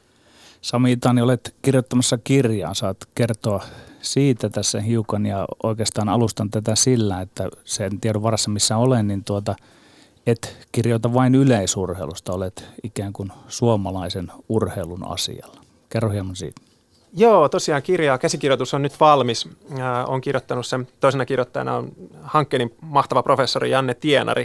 Sami Itani, olet kirjoittamassa kirjaa. Saat kertoa siitä tässä hiukan ja oikeastaan alustan tätä sillä, että sen tiedon varassa missä olen, niin et kirjoita vain yleisurheilusta, olet ikään kuin suomalaisen urheilun asialla. Kerro hieman siitä. Joo, tosiaan käsikirjoitus on nyt valmis. Olen kirjoittanut sen, toisena kirjoittajana on hankkeeni mahtava professori Janne Tienari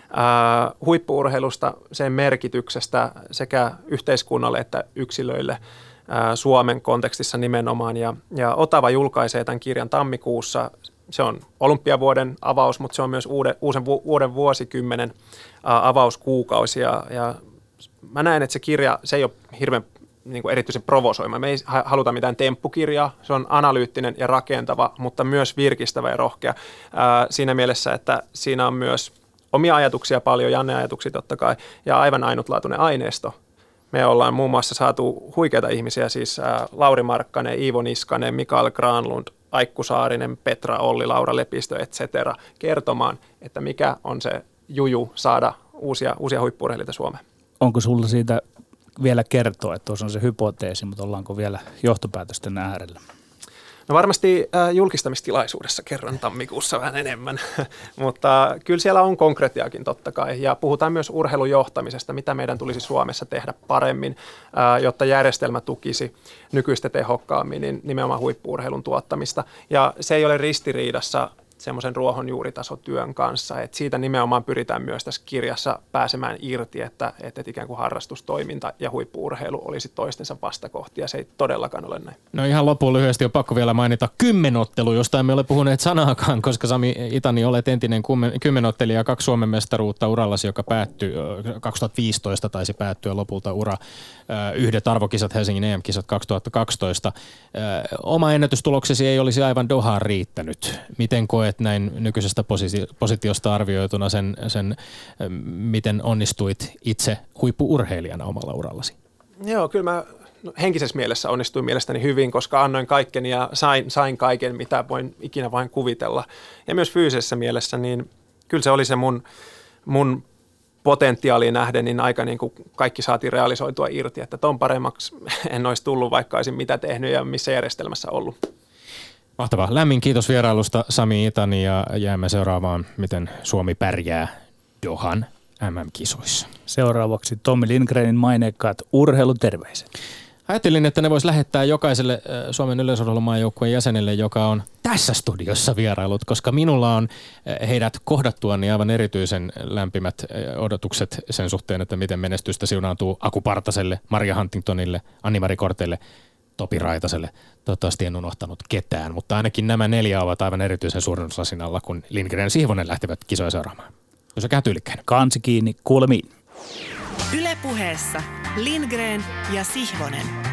huippu-urheilusta, sen merkityksestä sekä yhteiskunnalle että yksilöille Suomen kontekstissa nimenomaan. Ja Otava julkaisee tämän kirjan tammikuussa. Se on olympiavuoden avaus, mutta se on myös uuden vuosikymmenen avauskuukausi. Ja mä näen, että se kirja, se ei ole hirveän niin kuin erityisen provosoima. Me ei haluta mitään temppukirjaa. Se on analyyttinen ja rakentava, mutta myös virkistävä ja rohkea siinä mielessä, että siinä on myös omia ajatuksia paljon, Janne ajatuksia totta kai, ja aivan ainutlaatuinen aineisto. Me ollaan muun muassa saatu huikeita ihmisiä, siis Lauri Markkanen, Iivo Niskanen, Mikael Granlund, Aikku Saarinen, Petra Olli, Laura Lepistö, etc. kertomaan, että mikä on se juju saada uusia huippu-urheilijoita Suomeen. Onko sulla siitä vielä kertoa, että tuossa on se hypoteesi, mutta ollaanko vielä johtopäätösten äärellä? No varmasti julkistamistilaisuudessa kerran tammikuussa vähän enemmän, mutta kyllä siellä on konkretiaakin totta kai. Ja puhutaan myös urheilujohtamisesta, mitä meidän tulisi Suomessa tehdä paremmin, jotta järjestelmä tukisi nykyistä tehokkaammin niin nimenomaan huippu-urheilun tuottamista. Ja se ei ole ristiriidassa semmoisen ruohonjuuritasotyön kanssa, että siitä nimenomaan pyritään myös tässä kirjassa pääsemään irti, että ikään kuin harrastustoiminta ja huippu-urheilu olisi toistensa vastakohtia. Se ei todellakaan ole näin. No ihan loppuun lyhyesti on pakko vielä mainita kymmenottelu, josta emme ole puhuneet sanaakaan, koska Sami Itani olet entinen kymmenottelija, 2 Suomen mestaruutta urallasi, joka päättyi 2015, taisi päättyä lopulta ura. 1 arvokisat, Helsingin EM-kisat 2012. Oma ennätystuloksesi ei olisi aivan Dohaan riittänyt. Miten koet näin nykyisestä positiosta arvioituna sen, miten onnistuit itse huippu-urheilijana omalla urallasi? Joo, kyllä mä henkisessä mielessä onnistuin mielestäni hyvin, koska annoin kaikkeni ja sain kaiken, mitä voin ikinä vain kuvitella. Ja myös fyysisessä mielessä, niin kyllä se oli se mun potentiaaliin nähden, niin aika niin kuin kaikki saatiin realisoitua irti, että ton paremmaksi en olisi tullut, vaikka olisin mitä tehnyt ja missä järjestelmässä ollut. Mahtavaa. Lämmin kiitos vierailusta Sami Itani ja jäämme seuraavaan, miten Suomi pärjää Dohan MM-kisoissa. Seuraavaksi Tommi Lindgrenin maineikkaat urheiluterveiset. Ajattelin, että ne vois lähettää jokaiselle Suomen yleisurheilumaajoukkueen jäsenelle, joka on tässä studiossa vierailut, koska minulla on heidät kohdattuani aivan erityisen lämpimät odotukset sen suhteen, että miten menestystä siunaantuu Aku Partaselle, Maria Huntingtonille, Anni-Mari Kortelle, Topi Raitaselle. Toivottavasti en unohtanut ketään, mutta ainakin nämä 4 ovat aivan erityisen suurennuslasin alla, kun Lindgren ja Sihvonen lähtevät kisoja seuraamaan. Pysykää tyylikkäin. Kansi kiinni, kuulemiin. Yle Puheessa Lindgren ja Sihvonen.